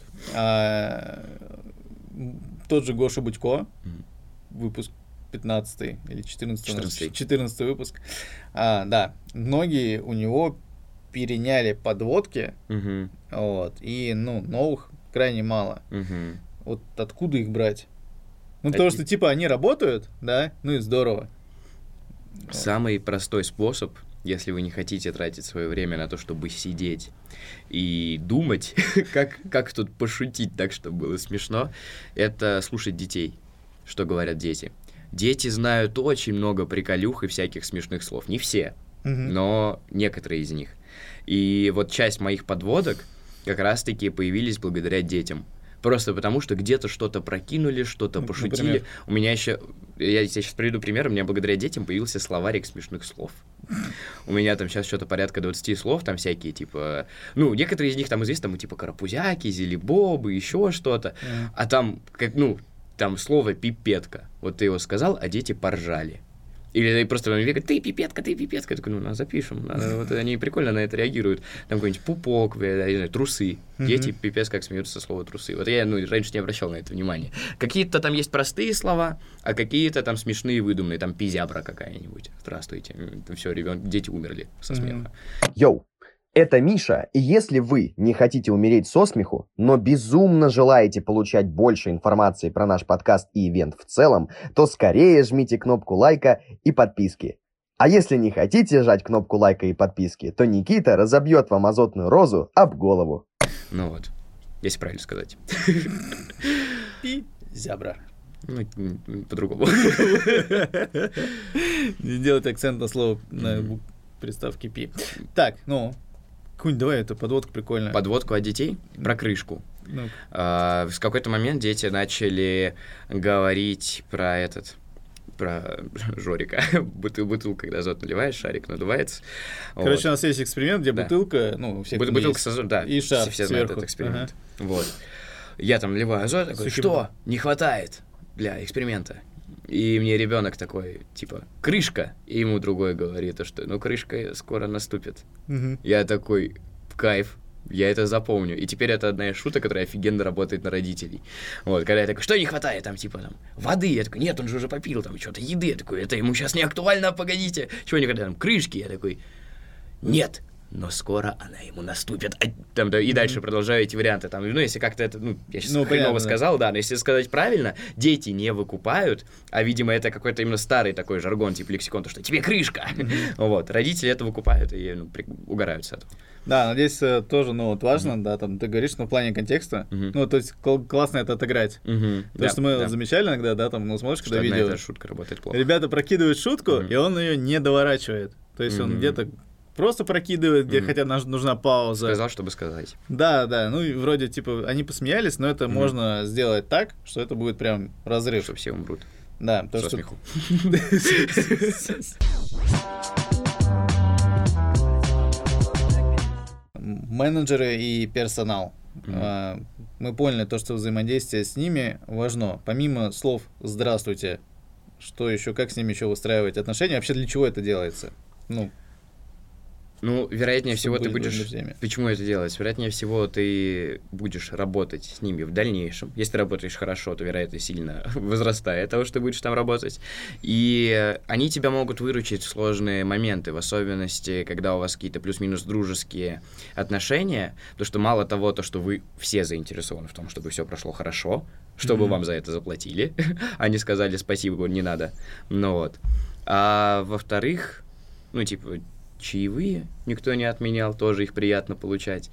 Тот же Гоша Будько, mm-hmm. выпуск пятнадцатый или четырнадцатый, четырнадцатый выпуск. А, да, многие у него переняли подводки, mm-hmm. вот, и, ну, новых крайне мало. Mm-hmm. Вот откуда их брать? Ну, потому что, типа, они работают, да, ну и здорово. Самый простой способ, если вы не хотите тратить свое время на то, чтобы сидеть и думать, как, как тут пошутить так, чтобы было смешно, это слушать детей, что говорят дети. Дети знают очень много приколюх и всяких смешных слов. Не все, mm-hmm. но некоторые из них. И вот часть моих подводок как раз-таки появились благодаря детям. Просто потому, что где-то что-то прокинули, что-то ну, пошутили. Например? У меня еще... Я, я сейчас приведу пример. У меня благодаря детям появился словарик смешных слов. У меня там сейчас что-то порядка двадцати слов, там всякие, типа... Ну, некоторые из них там известны, там, типа, карапузяки, зелебобы, еще что-то. Mm. А там, как, ну, там слово «пипетка». Вот ты его сказал, а дети поржали. Или просто мне говорят, ты пипетка, ты пипетка. Я такой, ну, нас запишем. Надо, вот они прикольно на это реагируют. Там какой-нибудь пупок, я не знаю, трусы. Mm-hmm. Дети пипец как смеются со слова трусы. Вот я, ну, раньше не обращал на это внимания. Какие-то там есть простые слова, а какие-то там смешные, выдуманные. Там пизябра какая-нибудь. Здравствуйте. Все, ребенок, дети умерли со смеха. Йоу, это Миша, и если вы не хотите умереть со смеху, но безумно желаете получать больше информации про наш подкаст и ивент в целом, то скорее жмите кнопку лайка и подписки. А если не хотите жать кнопку лайка и подписки, то Никита разобьет вам азотную розу об голову. Ну вот, если правильно сказать. Пи-зябра. Ну, по-другому. Не делать акцент на слово, на приставке пи. Так, ну... Какую-нибудь, давай, это подводку прикольная. Подводку от детей? Про крышку. Ну. А, в какой-то момент дети начали говорить про этот, про Жорика. Бутыл, бутылка, когда азот наливаешь, шарик надувается. Короче, вот. У нас есть эксперимент, где да. бутылка, ну, у всех Бут, Бутылка с азотом, да. И шар все сверху. знают этот эксперимент. Ага. Вот. Я там наливаю азот, такой, Сухим... что не хватает для эксперимента? И мне ребенок такой, типа, крышка. И ему другой говорит, что ну крышка скоро наступит. Угу. Я такой, кайф, я это запомню. И теперь это одна из шуток, которая офигенно работает на родителей. Вот, когда я такой, что не хватает, там, типа, там, воды. Я такой, нет, он же уже попил, там, что-то еды. Я такой, это ему сейчас не актуально, погодите. Чего не хватает, там, крышки. Я такой, нет. Но скоро она ему наступит. А, там, да, и mm-hmm. дальше продолжаю эти варианты. Там, ну, если как-то это, ну, я сейчас ну, хреново сказал, да. да, но если сказать правильно, дети не выкупают, а, видимо, это какой-то именно старый такой жаргон, типа лексикон, то, что тебе крышка. Mm-hmm. Вот, родители это выкупают и ну, при... угорают с этого. Да, но здесь э, тоже, ну, вот важно, mm-hmm. да, там, ты говоришь, ну, в плане контекста, mm-hmm. ну, то есть кл- классно это отыграть. Mm-hmm. Потому да, что мы да. замечали иногда, да, там, ну, смотришь, что когда видео... эта шутка работает плохо. Ребята прокидывают шутку, mm-hmm. и он ее не доворачивает. То есть mm-hmm. он где-то просто прокидывает, где mm-hmm. хотя нужна пауза. Сказал, чтобы сказать. Да, да, ну и вроде типа они посмеялись, но это mm-hmm. можно сделать так, что это будет прям разрыв. Что все умрут. Да, потому что... смеху. Менеджеры и персонал. Mm-hmm. Мы поняли то, что взаимодействие с ними важно. Помимо слов «здравствуйте», что еще, как с ними еще выстраивать отношения, вообще для чего это делается? Ну, Ну, вероятнее всего, ты будешь... Почему это делать? Вероятнее всего, ты будешь работать с ними в дальнейшем. Если ты работаешь хорошо, то вероятность сильно возрастает того, что ты будешь там работать. И они тебя могут выручить в сложные моменты, в особенности, когда у вас какие-то плюс-минус дружеские отношения. То, что мало того, то, что вы все заинтересованы в том, чтобы все прошло хорошо, чтобы mm-hmm. вам за это заплатили, они сказали спасибо, не надо. Ну вот. А во-вторых, ну, типа... чаевые никто не отменял, тоже их приятно получать.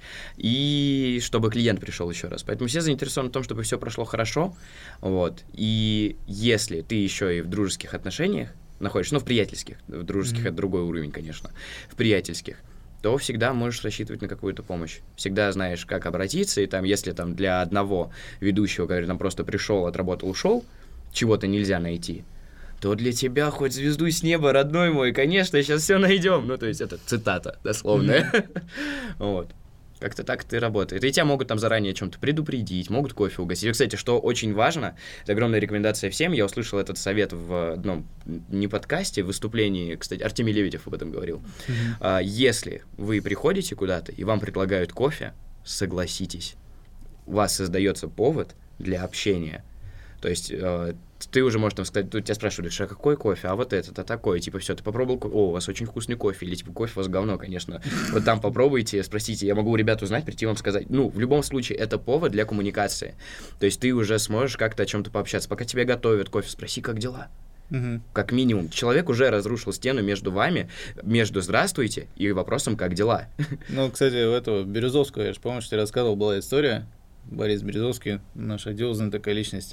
И чтобы клиент пришел еще раз. Поэтому все заинтересованы в том, чтобы все прошло хорошо. Вот. И если ты еще и в дружеских отношениях находишься, ну, в приятельских, в дружеских mm-hmm. это другой уровень, конечно, в приятельских, то всегда можешь рассчитывать на какую-то помощь. Всегда знаешь, как обратиться, и там, если там для одного ведущего, который там просто пришел, отработал, ушел, чего-то нельзя найти, то для тебя хоть звезду с неба, родной мой, конечно, сейчас все найдем. Ну, то есть, это цитата дословная. Mm-hmm. Вот. Как-то так это и работает. И тебя могут там заранее о чем-то предупредить, могут кофе угостить. И, кстати, что очень важно, это огромная рекомендация всем, я услышал этот совет в одном, не подкасте, в выступлении, кстати, Артемий Лебедев об этом говорил. Mm-hmm. А, если вы приходите куда-то, и вам предлагают кофе, согласитесь. У вас создается повод для общения. То есть... ты уже можешь там сказать, тут тебя спрашивают, а какой кофе, а вот этот, а такой, типа, все, ты попробовал, о, у вас очень вкусный кофе, или, типа, кофе у вас говно, конечно, вот там попробуйте, спросите, я могу у ребят узнать, прийти вам сказать, ну, в любом случае, это повод для коммуникации, то есть ты уже сможешь как-то о чем-то пообщаться, пока тебе готовят кофе, спроси, как дела, угу. Как минимум, человек уже разрушил стену между вами, между «здравствуйте» и вопросом «как дела». Ну, кстати, у этого Березовского, я же помню, что я рассказывал, была история, Борис Березовский, наш одиозная такая личность.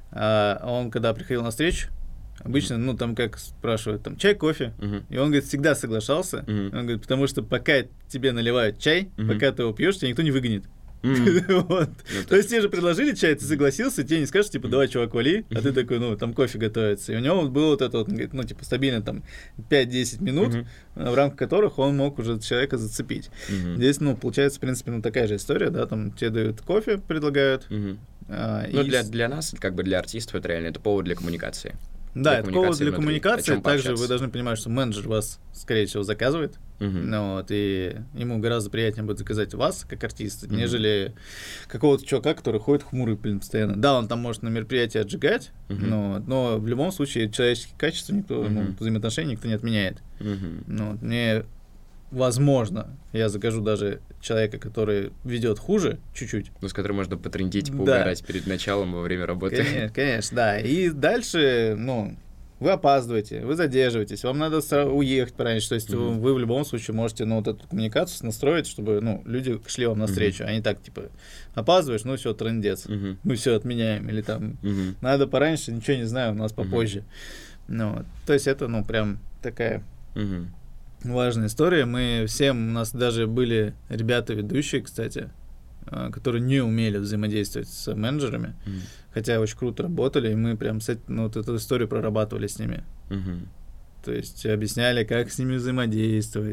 А он, когда приходил на встречу, обычно, ну, там, как спрашивают, там, чай, кофе, uh-huh. и он, говорит, всегда соглашался, uh-huh. он говорит, потому что пока тебе наливают чай, uh-huh. пока ты его пьешь, тебя никто не выгонит. Mm-hmm. вот. ну, То есть тебе же предложили чай, ты согласился, тебе не скажут, типа, давай, чувак, вали, а ты такой, ну, там кофе готовится. И у него было вот это вот, ну, типа, стабильно там пять-десять минут, mm-hmm. в рамках которых он мог уже человека зацепить. Mm-hmm. Здесь, ну, получается, в принципе, ну, такая же история, да, там тебе дают кофе, предлагают. Mm-hmm. А, ну, и... для, для нас, как бы для артистов, это реально это повод для коммуникации. Да, это повод для коммуникации. Также пообщаться. вы должны понимать, что менеджер вас, скорее всего, заказывает. Uh-huh. Ну, вот, и ему гораздо приятнее будет заказать вас, как артиста, uh-huh. нежели какого-то чувака, который ходит хмурый, блин, постоянно. Да, он там может на мероприятии отжигать, uh-huh. но, но в любом случае человеческие качества, никто, uh-huh. ну, взаимоотношения никто не отменяет. Uh-huh. Ну, вот, мне, возможно, я закажу даже человека, который ведет хуже чуть-чуть. Ну, с которым можно потрендить, поугарать да. перед началом во время работы. Конечно, конечно, да. И дальше, ну... Вы опаздываете, вы задерживаетесь, вам надо уехать пораньше, то есть mm-hmm. вы в любом случае можете, ну, вот эту коммуникацию настроить, чтобы, ну, люди шли вам навстречу, mm-hmm. а не так, типа, опаздываешь, ну, все, трындец, mm-hmm. мы все отменяем, или там, mm-hmm. надо пораньше, ничего не знаю, у нас попозже. Mm-hmm. Ну, то есть это, ну, прям такая mm-hmm. важная история. Мы всем, у нас даже были ребята-ведущие, кстати, которые не умели взаимодействовать с менеджерами, mm-hmm. хотя очень круто работали, и мы прям с, ну, вот эту историю прорабатывали с ними. Mm-hmm. То есть объясняли, как с ними взаимодействовать.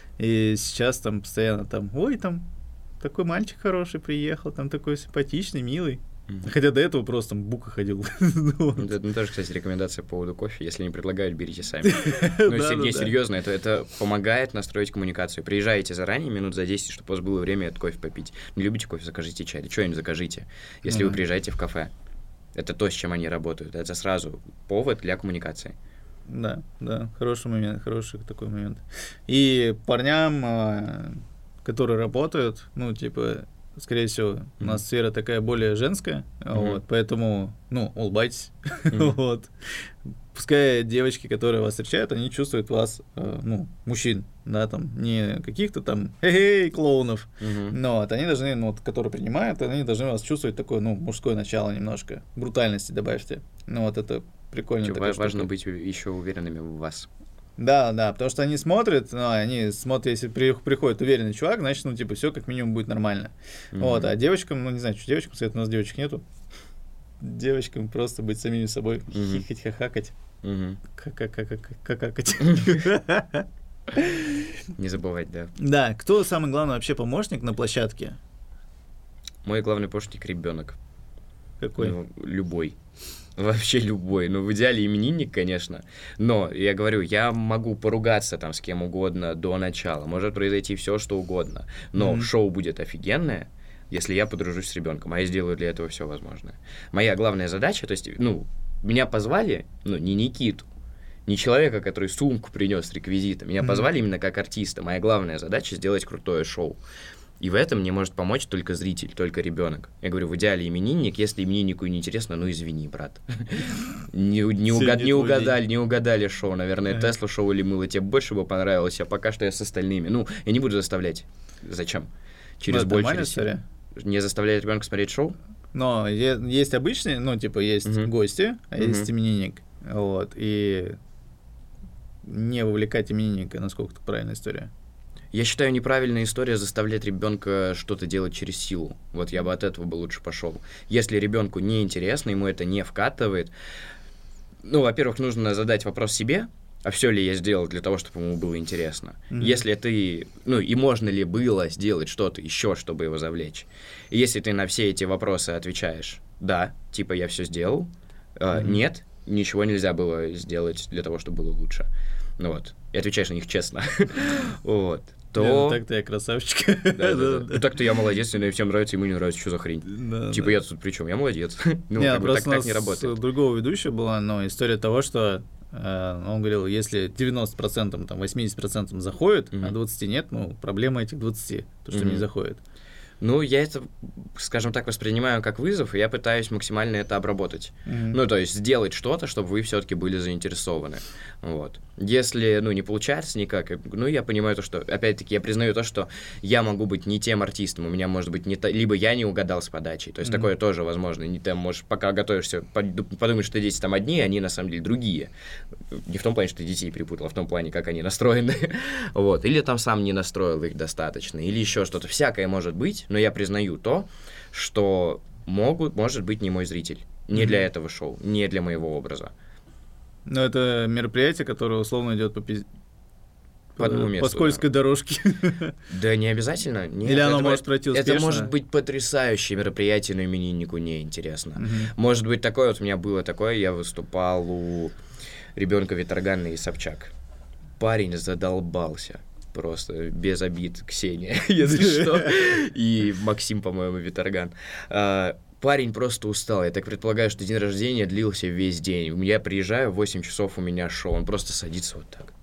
И сейчас там постоянно там, ой, там такой мальчик хороший приехал, там такой симпатичный, милый. Mm-hmm. Хотя до этого просто там бука ходил. Это ну, тоже, кстати, рекомендация по поводу кофе. Если не предлагают, берите сами. Ну, не серьезно, это помогает настроить коммуникацию. Приезжаете заранее, минут за десять, чтобы у вас было время этот кофе попить. Не любите кофе, закажите чай. Или что-нибудь закажите, если вы приезжаете в кафе. Это то, с чем они работают. Это сразу повод для коммуникации. Да, да, хороший момент, хороший такой момент. И парням, которые работают, ну, типа... Скорее всего, mm-hmm. у нас сфера такая более женская, mm-hmm. вот, поэтому, ну, улыбайтесь, mm-hmm. вот. Пускай девочки, которые вас встречают, они чувствуют вас, э, ну, мужчин, да, там, не каких-то там, хе-хей, клоунов, mm-hmm. но вот, они должны, ну, вот, которые принимают, они должны вас чувствовать такое, ну, мужское начало немножко, брутальности добавьте, ну, вот это прикольно. Важно быть еще уверенными в вас. Да, да, потому что они смотрят, ну, они смотрят, если при, приходит уверенный чувак, значит, ну, типа, все как минимум будет нормально. Mm-hmm. Вот, а девочкам, ну, не знаю, что девочкам, кстати, у нас девочек нету. Девочкам просто быть самими собой, mm-hmm. хихать, хахакать, mm-hmm. какакать. Не забывать, да. Да, кто самый главный вообще помощник на площадке? Мой главный помощник — ребенок. Какой? Ну, любой. Вообще любой. Ну, в идеале именинник, конечно. Но, я говорю, я могу поругаться там с кем угодно до начала. Может произойти все, что угодно. Но mm-hmm. шоу будет офигенное, если я подружусь с ребенком. А я сделаю для этого все возможное. Моя главная задача, то есть, ну, меня позвали, ну, не Никиту, не человека, который сумку принес с реквизитом. Меня mm-hmm. позвали именно как артиста. Моя главная задача — сделать крутое шоу. И в этом мне может помочь только зритель, только ребенок. Я говорю, в идеале именинник. Если имениннику не интересно, ну извини, брат. Не, не, угад, не угадали, не угадали шоу. Наверное, Тесла шоу или мыло тебе больше бы понравилось, а пока что я с остальными. Ну, я не буду заставлять. Зачем? Через боль, через силу. Не заставлять ребенка смотреть шоу? Но есть обычные, ну, типа, есть uh-huh. гости, а uh-huh. есть именинник. Вот. И не вовлекать именинника, насколько это правильная история. Я считаю, неправильная история заставлять ребенка что-то делать через силу. Вот я бы от этого бы лучше пошел. Если ребенку не интересно, ему это не вкатывает, ну, во-первых, нужно задать вопрос себе, а все ли я сделал для того, чтобы ему было интересно. Mm-hmm. Если ты, ну, и можно ли было сделать что-то еще, чтобы его завлечь. И если ты на все эти вопросы отвечаешь, да, типа я все сделал, mm-hmm. э, нет, ничего нельзя было сделать для того, чтобы было лучше. Ну вот, и отвечаешь на них честно. Вот. То... Так-то я красавчик. Ну так-то я молодец, и всем нравится, ему не нравится, что за хрень. Типа я тут при чем? Я молодец. Ну, просто так не работает. Другого ведущего была, но история того, что он говорил, если девяносто процентов, там, восемьдесят процентов заходит, а двадцать нет, ну, проблема этих двадцати, то, что не заходит. Ну, я это, скажем так, воспринимаю как вызов, и я пытаюсь максимально это обработать. Mm-hmm. Ну, то есть сделать что-то, чтобы вы все-таки были заинтересованы. Вот. Если, ну, не получается никак, ну, я понимаю то, что, опять-таки, я признаю то, что я могу быть не тем артистом, у меня может быть не та... либо я не угадал с подачей, то есть mm-hmm. такое тоже возможно. Не ты можешь, пока готовишься, подумать, что дети там одни, они на самом деле другие. Не в том плане, что ты детей перепутал, а в том плане, как они настроены. Вот. Или там сам не настроил их достаточно, или еще что-то. Всякое может быть. Но я признаю то, что могут, может быть не мой зритель. Не mm-hmm. для этого шоу, не для моего образа. Но это мероприятие, которое условно идет по, пиз... по, одному месту, по скользкой да. дорожке. Да не обязательно. Нет, Или оно это, может пройти успешно? Это может быть потрясающее мероприятие, но имениннику неинтересно. Mm-hmm. Может быть такое, вот у меня было такое, я выступал у ребенка Виторгана и Собчак. Парень задолбался. Просто без обид, Ксения, если что. И Максим, по-моему, Виторган. А, парень просто устал. Я так предполагаю, что день рождения длился весь день. Я приезжаю, в восемь часов у меня шоу. Он просто садится вот так.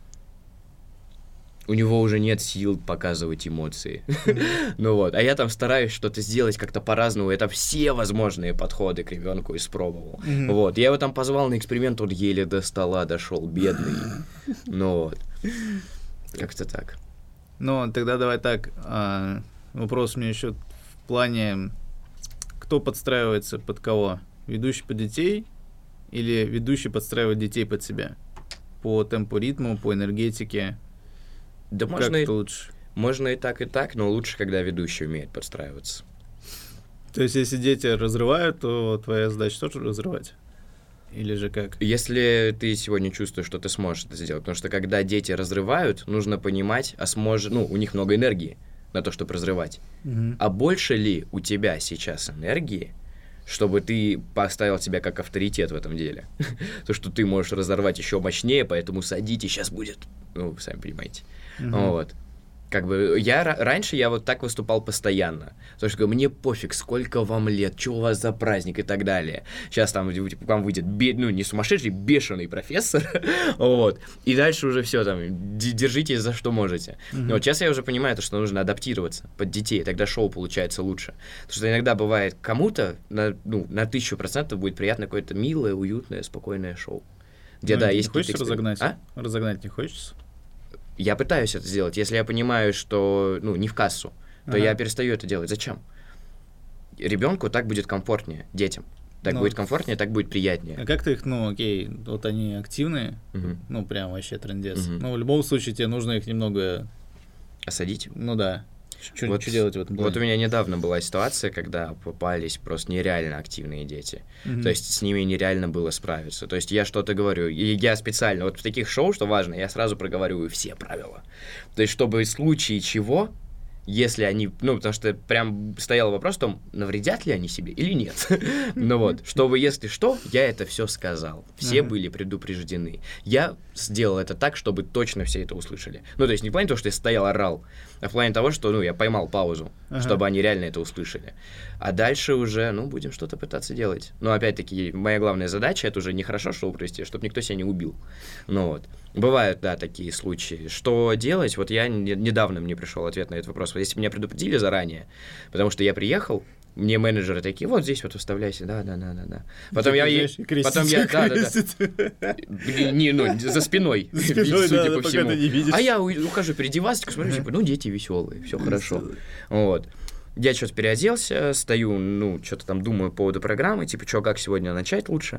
У него уже нет сил показывать эмоции. Ну вот. А я там стараюсь что-то сделать как-то по-разному. Я там все возможные подходы к ребенку испробовал. Вот. Я его там позвал на эксперимент, он еле до стола дошел, бедный. Ну вот. Как-то так. Ну, тогда давай так. А, вопрос у меня еще в плане, кто подстраивается под кого? Ведущий под детей или ведущий подстраивает детей под себя? По темпу, ритму, по энергетике? Да как можно и, лучше? Можно и так, и так, но лучше, когда ведущий умеет подстраиваться. То есть, если дети разрывают, то твоя задача тоже разрывать? Или же как? Если ты сегодня чувствуешь, что ты сможешь это сделать, потому что когда дети разрывают, нужно понимать, а сможешь, ну, у них много энергии на то, чтобы разрывать. Угу. А больше ли у тебя сейчас энергии, чтобы ты поставил себя как авторитет в этом деле? То, что ты можешь разорвать еще мощнее, поэтому садите, сейчас будет. Ну, вы сами понимаете. Угу. Вот. Как бы я раньше я вот так выступал постоянно. Потому что мне пофиг, сколько вам лет, что у вас за праздник и так далее. Сейчас там типа, к вам выйдет, бе- ну, не сумасшедший, бешеный профессор. Вот. И дальше уже все там, держитесь за что можете. Mm-hmm. Вот сейчас я уже понимаю, что нужно адаптироваться под детей, тогда шоу получается лучше. Потому что иногда бывает кому-то на, ну, на тысячу процентов будет приятно какое-то милое, уютное, спокойное шоу. Где, ну, да, не есть хочешь разогнать? А? Разогнать не хочется? Я пытаюсь это сделать. Если я понимаю, что, ну, не в кассу, то ага. я перестаю это делать. Зачем? Ребенку так будет комфортнее, детям. Так ну, будет комфортнее, так будет приятнее. А как ты их, ну, окей, вот они активные, угу. ну, прям вообще трындец. Угу. Но в любом случае тебе нужно их немного... Осадить? Ну да. Что вот, делать в этом плане? Вот у меня недавно была ситуация, когда попались просто нереально активные дети. Mm-hmm. То есть с ними нереально было справиться. То есть я что-то говорю, и я специально, вот в таких шоу, что важно, я сразу проговариваю все правила. То есть чтобы в случае чего, если они, ну, потому что прям стоял вопрос в том, навредят ли они себе или нет. Ну вот, чтобы, если что, я это все сказал. Все uh-huh. были предупреждены. Я сделал это так, чтобы точно все это услышали. Ну, то есть не в плане того, что я стоял, орал, а в плане того, что, ну, я поймал паузу, uh-huh. чтобы они реально это услышали. А дальше уже, ну, будем что-то пытаться делать. Но, опять-таки, моя главная задача — это уже не хорошо шоу провести, чтобы никто себя не убил. Ну вот. Бывают, да, такие случаи. Что делать? Вот я не, недавно мне пришел ответ на этот вопрос. Вот если бы меня предупредили заранее, потому что я приехал, мне менеджеры такие, вот здесь вот выставляйся, да, да, да, да, да. Потом я, я потом я, да, да, да, не, ну, за спиной, судя по всему. А я ухожу впереди вас, смотрю, типа, ну, дети веселые, все хорошо, вот. Я что-то переоделся, стою, ну, что-то там думаю по поводу программы, типа, что, как сегодня начать лучше.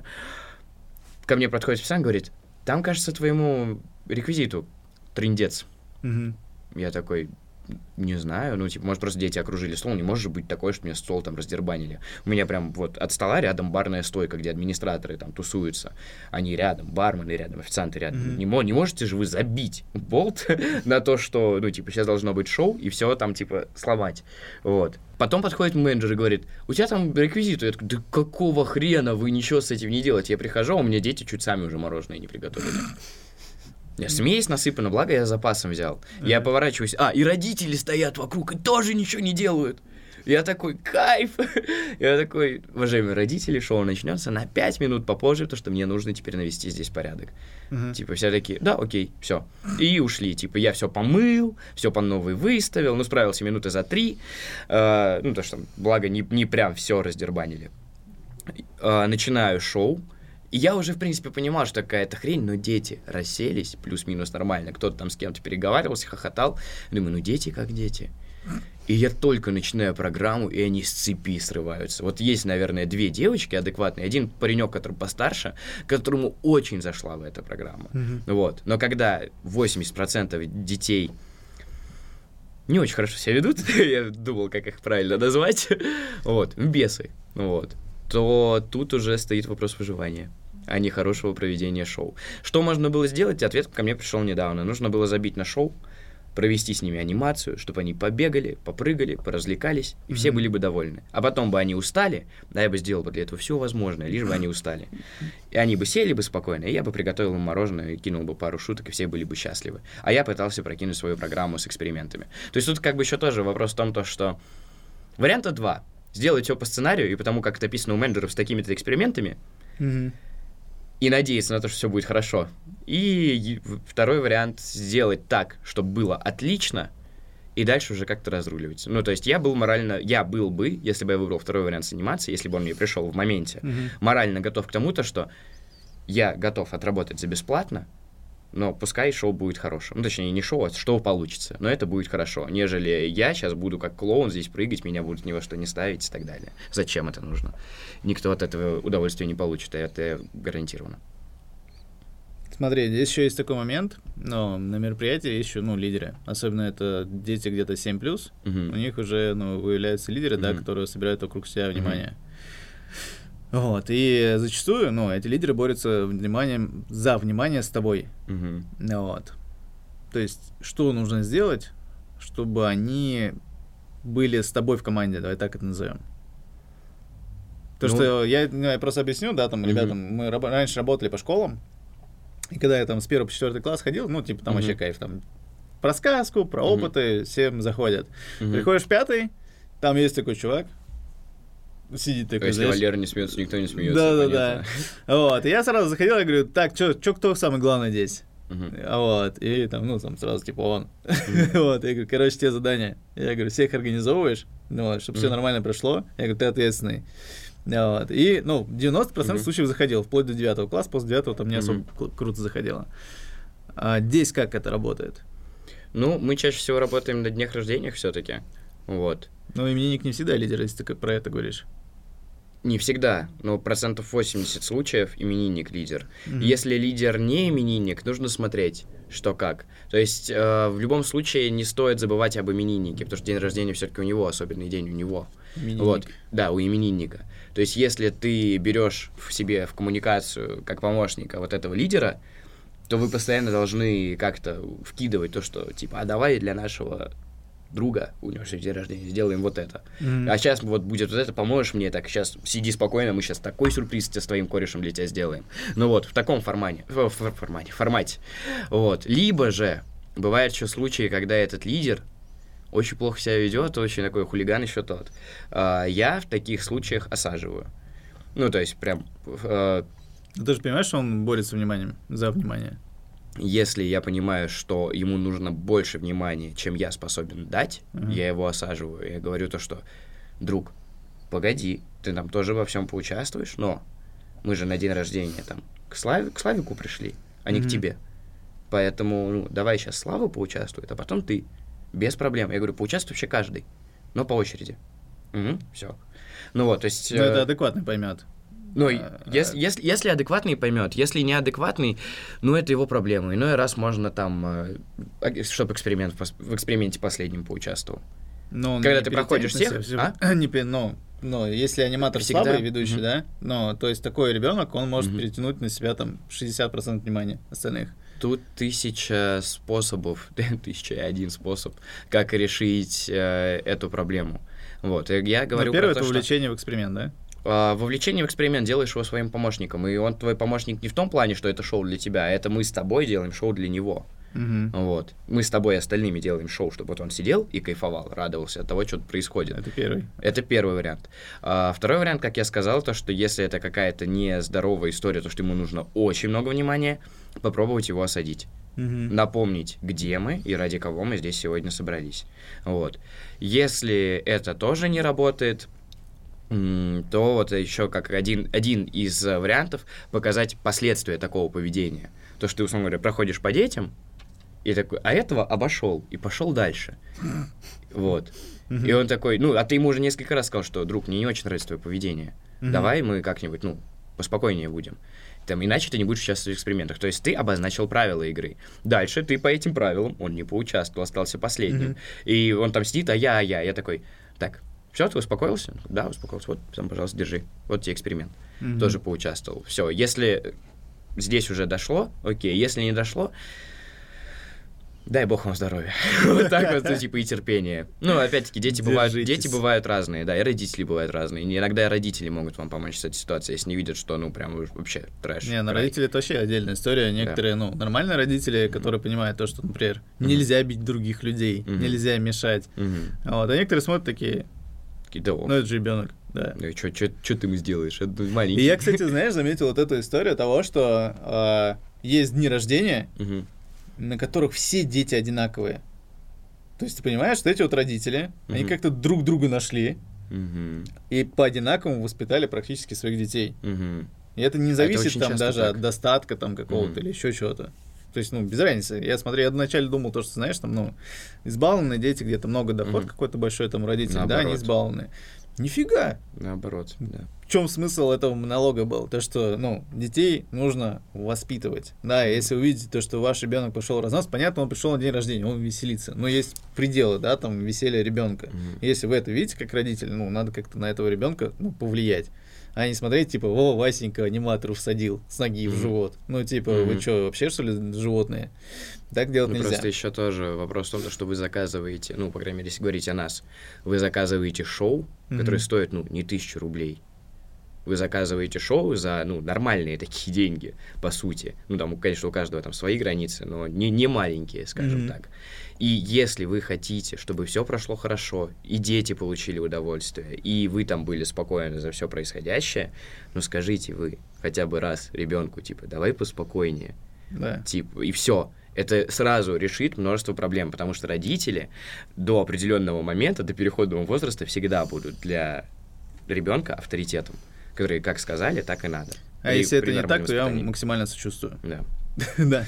Ко мне подходит специалист, говорит, там, кажется, твоему реквизиту трындец. Угу. Я такой, не знаю, ну, типа, может, просто дети окружили стол, не может быть такое, что мне стол там раздербанили. У меня прям вот от стола рядом барная стойка, где администраторы там тусуются. Они рядом, бармены рядом, официанты рядом. Mm-hmm. Не, не можете же вы забить болт на то, что, ну, типа, сейчас должно быть шоу, и все там, типа, сломать. Вот. Потом подходит менеджер и говорит, у тебя там реквизит. Я такой, да какого хрена вы ничего с этим не делаете? Я прихожу, а у меня дети чуть сами уже мороженое не приготовили. Я смесь насыпано, благо я запасом взял. Uh-huh. Я поворачиваюсь, а, и родители стоят вокруг и тоже ничего не делают. Я такой, кайф. Я такой, уважаемые родители, шоу начнется на пять минут попозже, потому что мне нужно теперь навести здесь порядок. Uh-huh. Типа все такие, да, окей, все. И ушли. Типа я все помыл, все по новой выставил, ну, справился минуты за три. Uh, ну, то что, благо, не, не прям все раздербанили. Uh, начинаю шоу. И я уже, в принципе, понимал, что какая-то хрень, но дети расселись, плюс-минус нормально. Кто-то там с кем-то переговаривался, хохотал. Думаю, ну дети как дети. И я только начинаю программу, и они с цепи срываются. Вот есть, наверное, две девочки адекватные. Один паренек, который постарше, которому очень зашла в эта программа. Mm-hmm. Вот. Но когда восемьдесят процентов детей не очень хорошо себя ведут, я думал, как их правильно назвать, вот, бесы, вот, то тут уже стоит вопрос выживания, а не хорошего проведения шоу. Что можно было сделать? Ответ ко мне пришел недавно. Нужно было забить на шоу, провести с ними анимацию, чтобы они побегали, попрыгали, поразвлекались, и mm-hmm. все были бы довольны. А потом бы они устали, а я бы сделал бы для этого все возможное, лишь бы они устали. И они бы сели бы спокойно, и я бы приготовил им мороженое, и кинул бы пару шуток, и все были бы счастливы. А я пытался прокинуть свою программу с экспериментами. То есть тут как бы еще тоже вопрос в том, то, что варианта два. Сделать все по сценарию, и потому как это описано у менеджеров с такими-то экспериментами, mm-hmm. и надеяться на то, что все будет хорошо. И второй вариант — сделать так, чтобы было отлично, и дальше уже как-то разруливать. Ну, то есть я был морально... Я был бы, если бы я выбрал второй вариант с анимацией, если бы он мне пришел в моменте, mm-hmm. морально готов к тому-то, что я готов отработать за бесплатно, но пускай шоу будет хорошим. Ну, точнее, не шоу, а шоу получится. Но это будет хорошо, нежели я сейчас буду как клоун здесь прыгать, меня будут ни во что не ставить и так далее. Зачем это нужно? Никто от этого удовольствия не получит, и это гарантированно. Смотри, здесь еще есть такой момент, но на мероприятии есть еще, ну, лидеры. Особенно это дети где-то семь плюс, uh-huh. у них уже, ну, выявляются лидеры, uh-huh. да, которые собирают вокруг себя внимание. Uh-huh. Вот, и зачастую, ну, эти лидеры борются вниманием, за внимание с тобой. Uh-huh. Вот. То есть, что нужно сделать, чтобы они были с тобой в команде, давай так это назовем. То, ну, что я, ну, я просто объясню, да, там, uh-huh. ребятам, мы раб- раньше работали по школам, и когда я там с первого по четвертый класс ходил, ну, типа, там uh-huh. вообще кайф, там, про сказку, про опыты, uh-huh. всем заходят. Uh-huh. Приходишь в пятый, там есть такой чувак, сидит такой, если Валера не смеется, никто не смеется. Да-да-да. Вот, и я сразу заходил, я говорю, так, чё, чё кто самый главный здесь? Uh-huh. Вот, и там, ну, там сразу, типа, он. Uh-huh. Вот, я говорю, короче, тебе задание. Я говорю, всех организовываешь, ну, вот, чтобы uh-huh. все нормально прошло. Я говорю, ты ответственный. Вот, и, ну, девяносто процентов uh-huh. случаев заходил, вплоть до девятого класса, после девятого там не uh-huh. особо к- круто заходило. А здесь как это работает? Ну, мы чаще всего работаем на днях рождения все-таки, вот. Ну, именинник не всегда лидер, если ты про это говоришь. Не всегда, но процентов восемьдесят случаев именинник лидер. Mm-hmm. Если лидер не именинник, нужно смотреть, что как. То есть э, в любом случае не стоит забывать об имениннике, потому что день рождения все-таки у него, особенный день у него. Именинник. Вот, да, у именинника. То есть если ты берешь в себе в коммуникацию как помощника вот этого лидера, то вы постоянно должны как-то вкидывать то, что типа, а давай для нашего друга, у него сегодня день рождения, сделаем вот это. Mm-hmm. А сейчас вот будет вот это, поможешь мне, так, сейчас сиди спокойно, мы сейчас такой сюрприз с твоим корешем для тебя сделаем. Ну вот, в таком формате, в формате, формате. Вот. Либо же, бывают еще случаи, когда этот лидер очень плохо себя ведет, очень такой хулиган еще тот. А, я в таких случаях осаживаю. Ну, то есть, прям... А... Ты же понимаешь, что он борется с вниманием, за внимание? Если я понимаю, что ему нужно больше внимания, чем я способен дать, uh-huh. я его осаживаю. Я говорю то, что, друг, погоди, ты там тоже во всем поучаствуешь, но мы же на день рождения там к, Славе, к Славику пришли, а не uh-huh. к тебе. Поэтому ну, давай сейчас Слава поучаствует, а потом ты. Без проблем. Я говорю, поучаствуй вообще каждый, но по очереди. Угу, все. Ну вот, то есть... Ну, это адекватный поймет. Ну, если, если, если адекватный поймет, если неадекватный, ну, это его проблема. Иной раз можно там, чтобы эксперимент, в эксперименте последнем поучаствовал. Но когда ты проходишь всех... А? Не, ну, ну, если аниматор всегда слабый, ведущий, mm-hmm. да, ну, то есть такой ребенок, он может mm-hmm. перетянуть на себя там шестьдесят процентов внимания остальных. Тут тысяча способов, тысяча и один способ, как решить э, эту проблему. Вот, я говорю ну, первое — про это то, увлечение что... в эксперимент, да? Вовлечение в эксперимент делаешь его своим помощником, и он твой помощник не в том плане, что это шоу для тебя, а это мы с тобой делаем шоу для него. Uh-huh. Вот. Мы с тобой и остальными делаем шоу, чтобы вот он сидел и кайфовал, радовался от того, что тут происходит. Это первый. Это первый вариант. А, второй вариант, как я сказал, то, что если это какая-то нездоровая история, то, что ему нужно очень много внимания, попробовать его осадить. Uh-huh. Напомнить, где мы и ради кого мы здесь сегодня собрались. Вот. Если это тоже не работает, то вот еще как один, один из вариантов показать последствия такого поведения. То, что ты, условно говоря, проходишь по детям, и такой, а этого обошел, и пошел дальше. Вот. Uh-huh. И он такой, ну, а ты ему уже несколько раз сказал, что, друг, мне не очень нравится твое поведение. Uh-huh. Давай мы как-нибудь, ну, поспокойнее будем. Там, иначе ты не будешь участвовать в экспериментах. То есть ты обозначил правила игры. Дальше ты по этим правилам, он не поучаствовал, остался последним. Uh-huh. И он там сидит, а я, а я. Я такой, так, все, ты успокоился? Да, успокоился. Вот, там, пожалуйста, держи. Вот тебе эксперимент. Mm-hmm. Тоже поучаствовал. Все, если здесь уже дошло, окей. Если не дошло, Дай бог вам здоровья. Вот так вот, ну, типа, и терпение. Ну, опять-таки, дети бывают, дети бывают разные, да, и родители бывают разные. И иногда и родители могут вам помочь с этой ситуацией, если не видят, что, ну, прям вообще трэш. Не, на родители это вообще отдельная история. Некоторые, да. ну, нормальные родители, которые mm-hmm. понимают то, что, например, mm-hmm. нельзя бить других людей, mm-hmm. нельзя мешать. Mm-hmm. Вот, а некоторые смотрят такие, да, ну, это же ребенок. Да. Ну и что ты ему сделаешь? Это маленький. И я, кстати, знаешь, заметил вот эту историю того, что э, есть дни рождения, mm-hmm. на которых все дети одинаковые. То есть ты понимаешь, что эти вот родители, mm-hmm. они как-то друг друга нашли mm-hmm. и по-одинаковому воспитали практически своих детей. Mm-hmm. И это не зависит это там даже так. от достатка там какого-то mm-hmm. или еще чего-то. То есть, ну, без разницы. Я смотрю, я вначале думал, то, что, знаешь, там, ну, избалованные дети, где-то много доход mm-hmm. какой-то большой, там, родители, наоборот. Да, они избалованные. Нифига. Наоборот, да. В чем смысл этого монолога был? То, что, ну, детей нужно воспитывать. Да, если увидите то, что ваш ребенок пошел разнос, понятно, он пришел на день рождения, он веселится. Но есть пределы, да, там, веселья ребенка. Mm-hmm. Если вы это видите как родитель, ну, надо как-то на этого ребенка, ну, повлиять. А не смотреть, типа, о, Васенька аниматору всадил с ноги mm-hmm. в живот. Ну, типа, mm-hmm. вы что, вообще, что ли, животные? Так делать ну, нельзя. Просто еще тоже вопрос в том, что вы заказываете, ну, по крайней мере, если говорить о нас, вы заказываете шоу, mm-hmm. которое стоит, ну, не тысячу рублей. Вы заказываете шоу за, ну, нормальные такие деньги, по сути. Ну, там, конечно, у каждого там свои границы, но не, не маленькие, скажем mm-hmm. так. И если вы хотите, чтобы все прошло хорошо, и дети получили удовольствие, и вы там были спокойны за все происходящее, ну, скажите вы хотя бы раз ребенку, типа, давай поспокойнее. Да. Типа, и все. Это сразу решит множество проблем, потому что родители до определенного момента, до переходного возраста, всегда будут для ребенка авторитетом, которые как сказали, так и надо. А и если это не так, то я вам максимально сочувствую. Да. Да.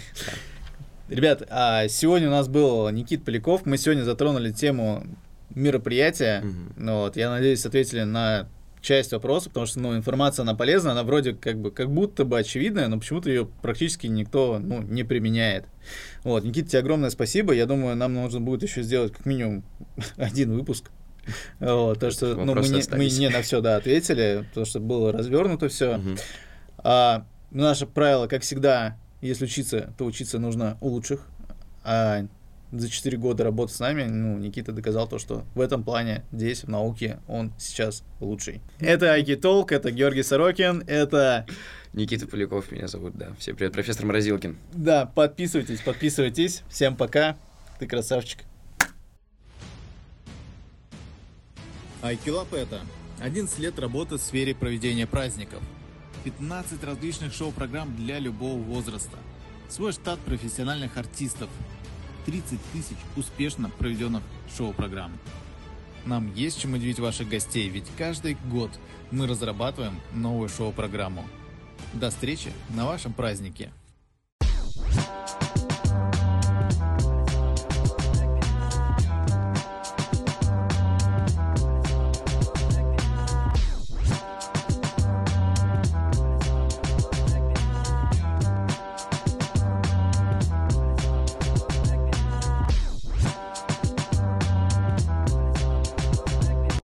Ребят, а сегодня у нас был Никита Поляков. Мы сегодня затронули тему мероприятия. Mm-hmm. Вот, я надеюсь, ответили на часть вопросов, потому что, ну, информация, она полезна, она вроде как бы, как будто бы очевидная, но почему-то ее практически никто, ну, не применяет. Вот, Никита, тебе огромное спасибо. Я думаю, нам нужно будет еще сделать как минимум один выпуск. Вот, то, что, ну, мы, не, мы не на все, да, ответили, потому что было развернуто все. Mm-hmm. А, наше правило, как всегда, если учиться, то учиться нужно у лучших. А за четыре года работы с нами, ну, Никита доказал то, что в этом плане, здесь, в науке, он сейчас лучший. Это ай кей Talk, это Георгий Сорокин, это... Никита Поляков меня зовут, да. Всем привет, профессор Морозилкин. Да, подписывайтесь, подписывайтесь. Всем пока, ты красавчик. ай кей Lab это одиннадцать лет работы в сфере проведения праздников, пятнадцать различных шоу-программ для любого возраста, свой штат профессиональных артистов, тридцать тысяч успешно проведенных шоу-программ. Нам есть чем удивить ваших гостей, ведь каждый год мы разрабатываем новую шоу-программу. До встречи на вашем празднике!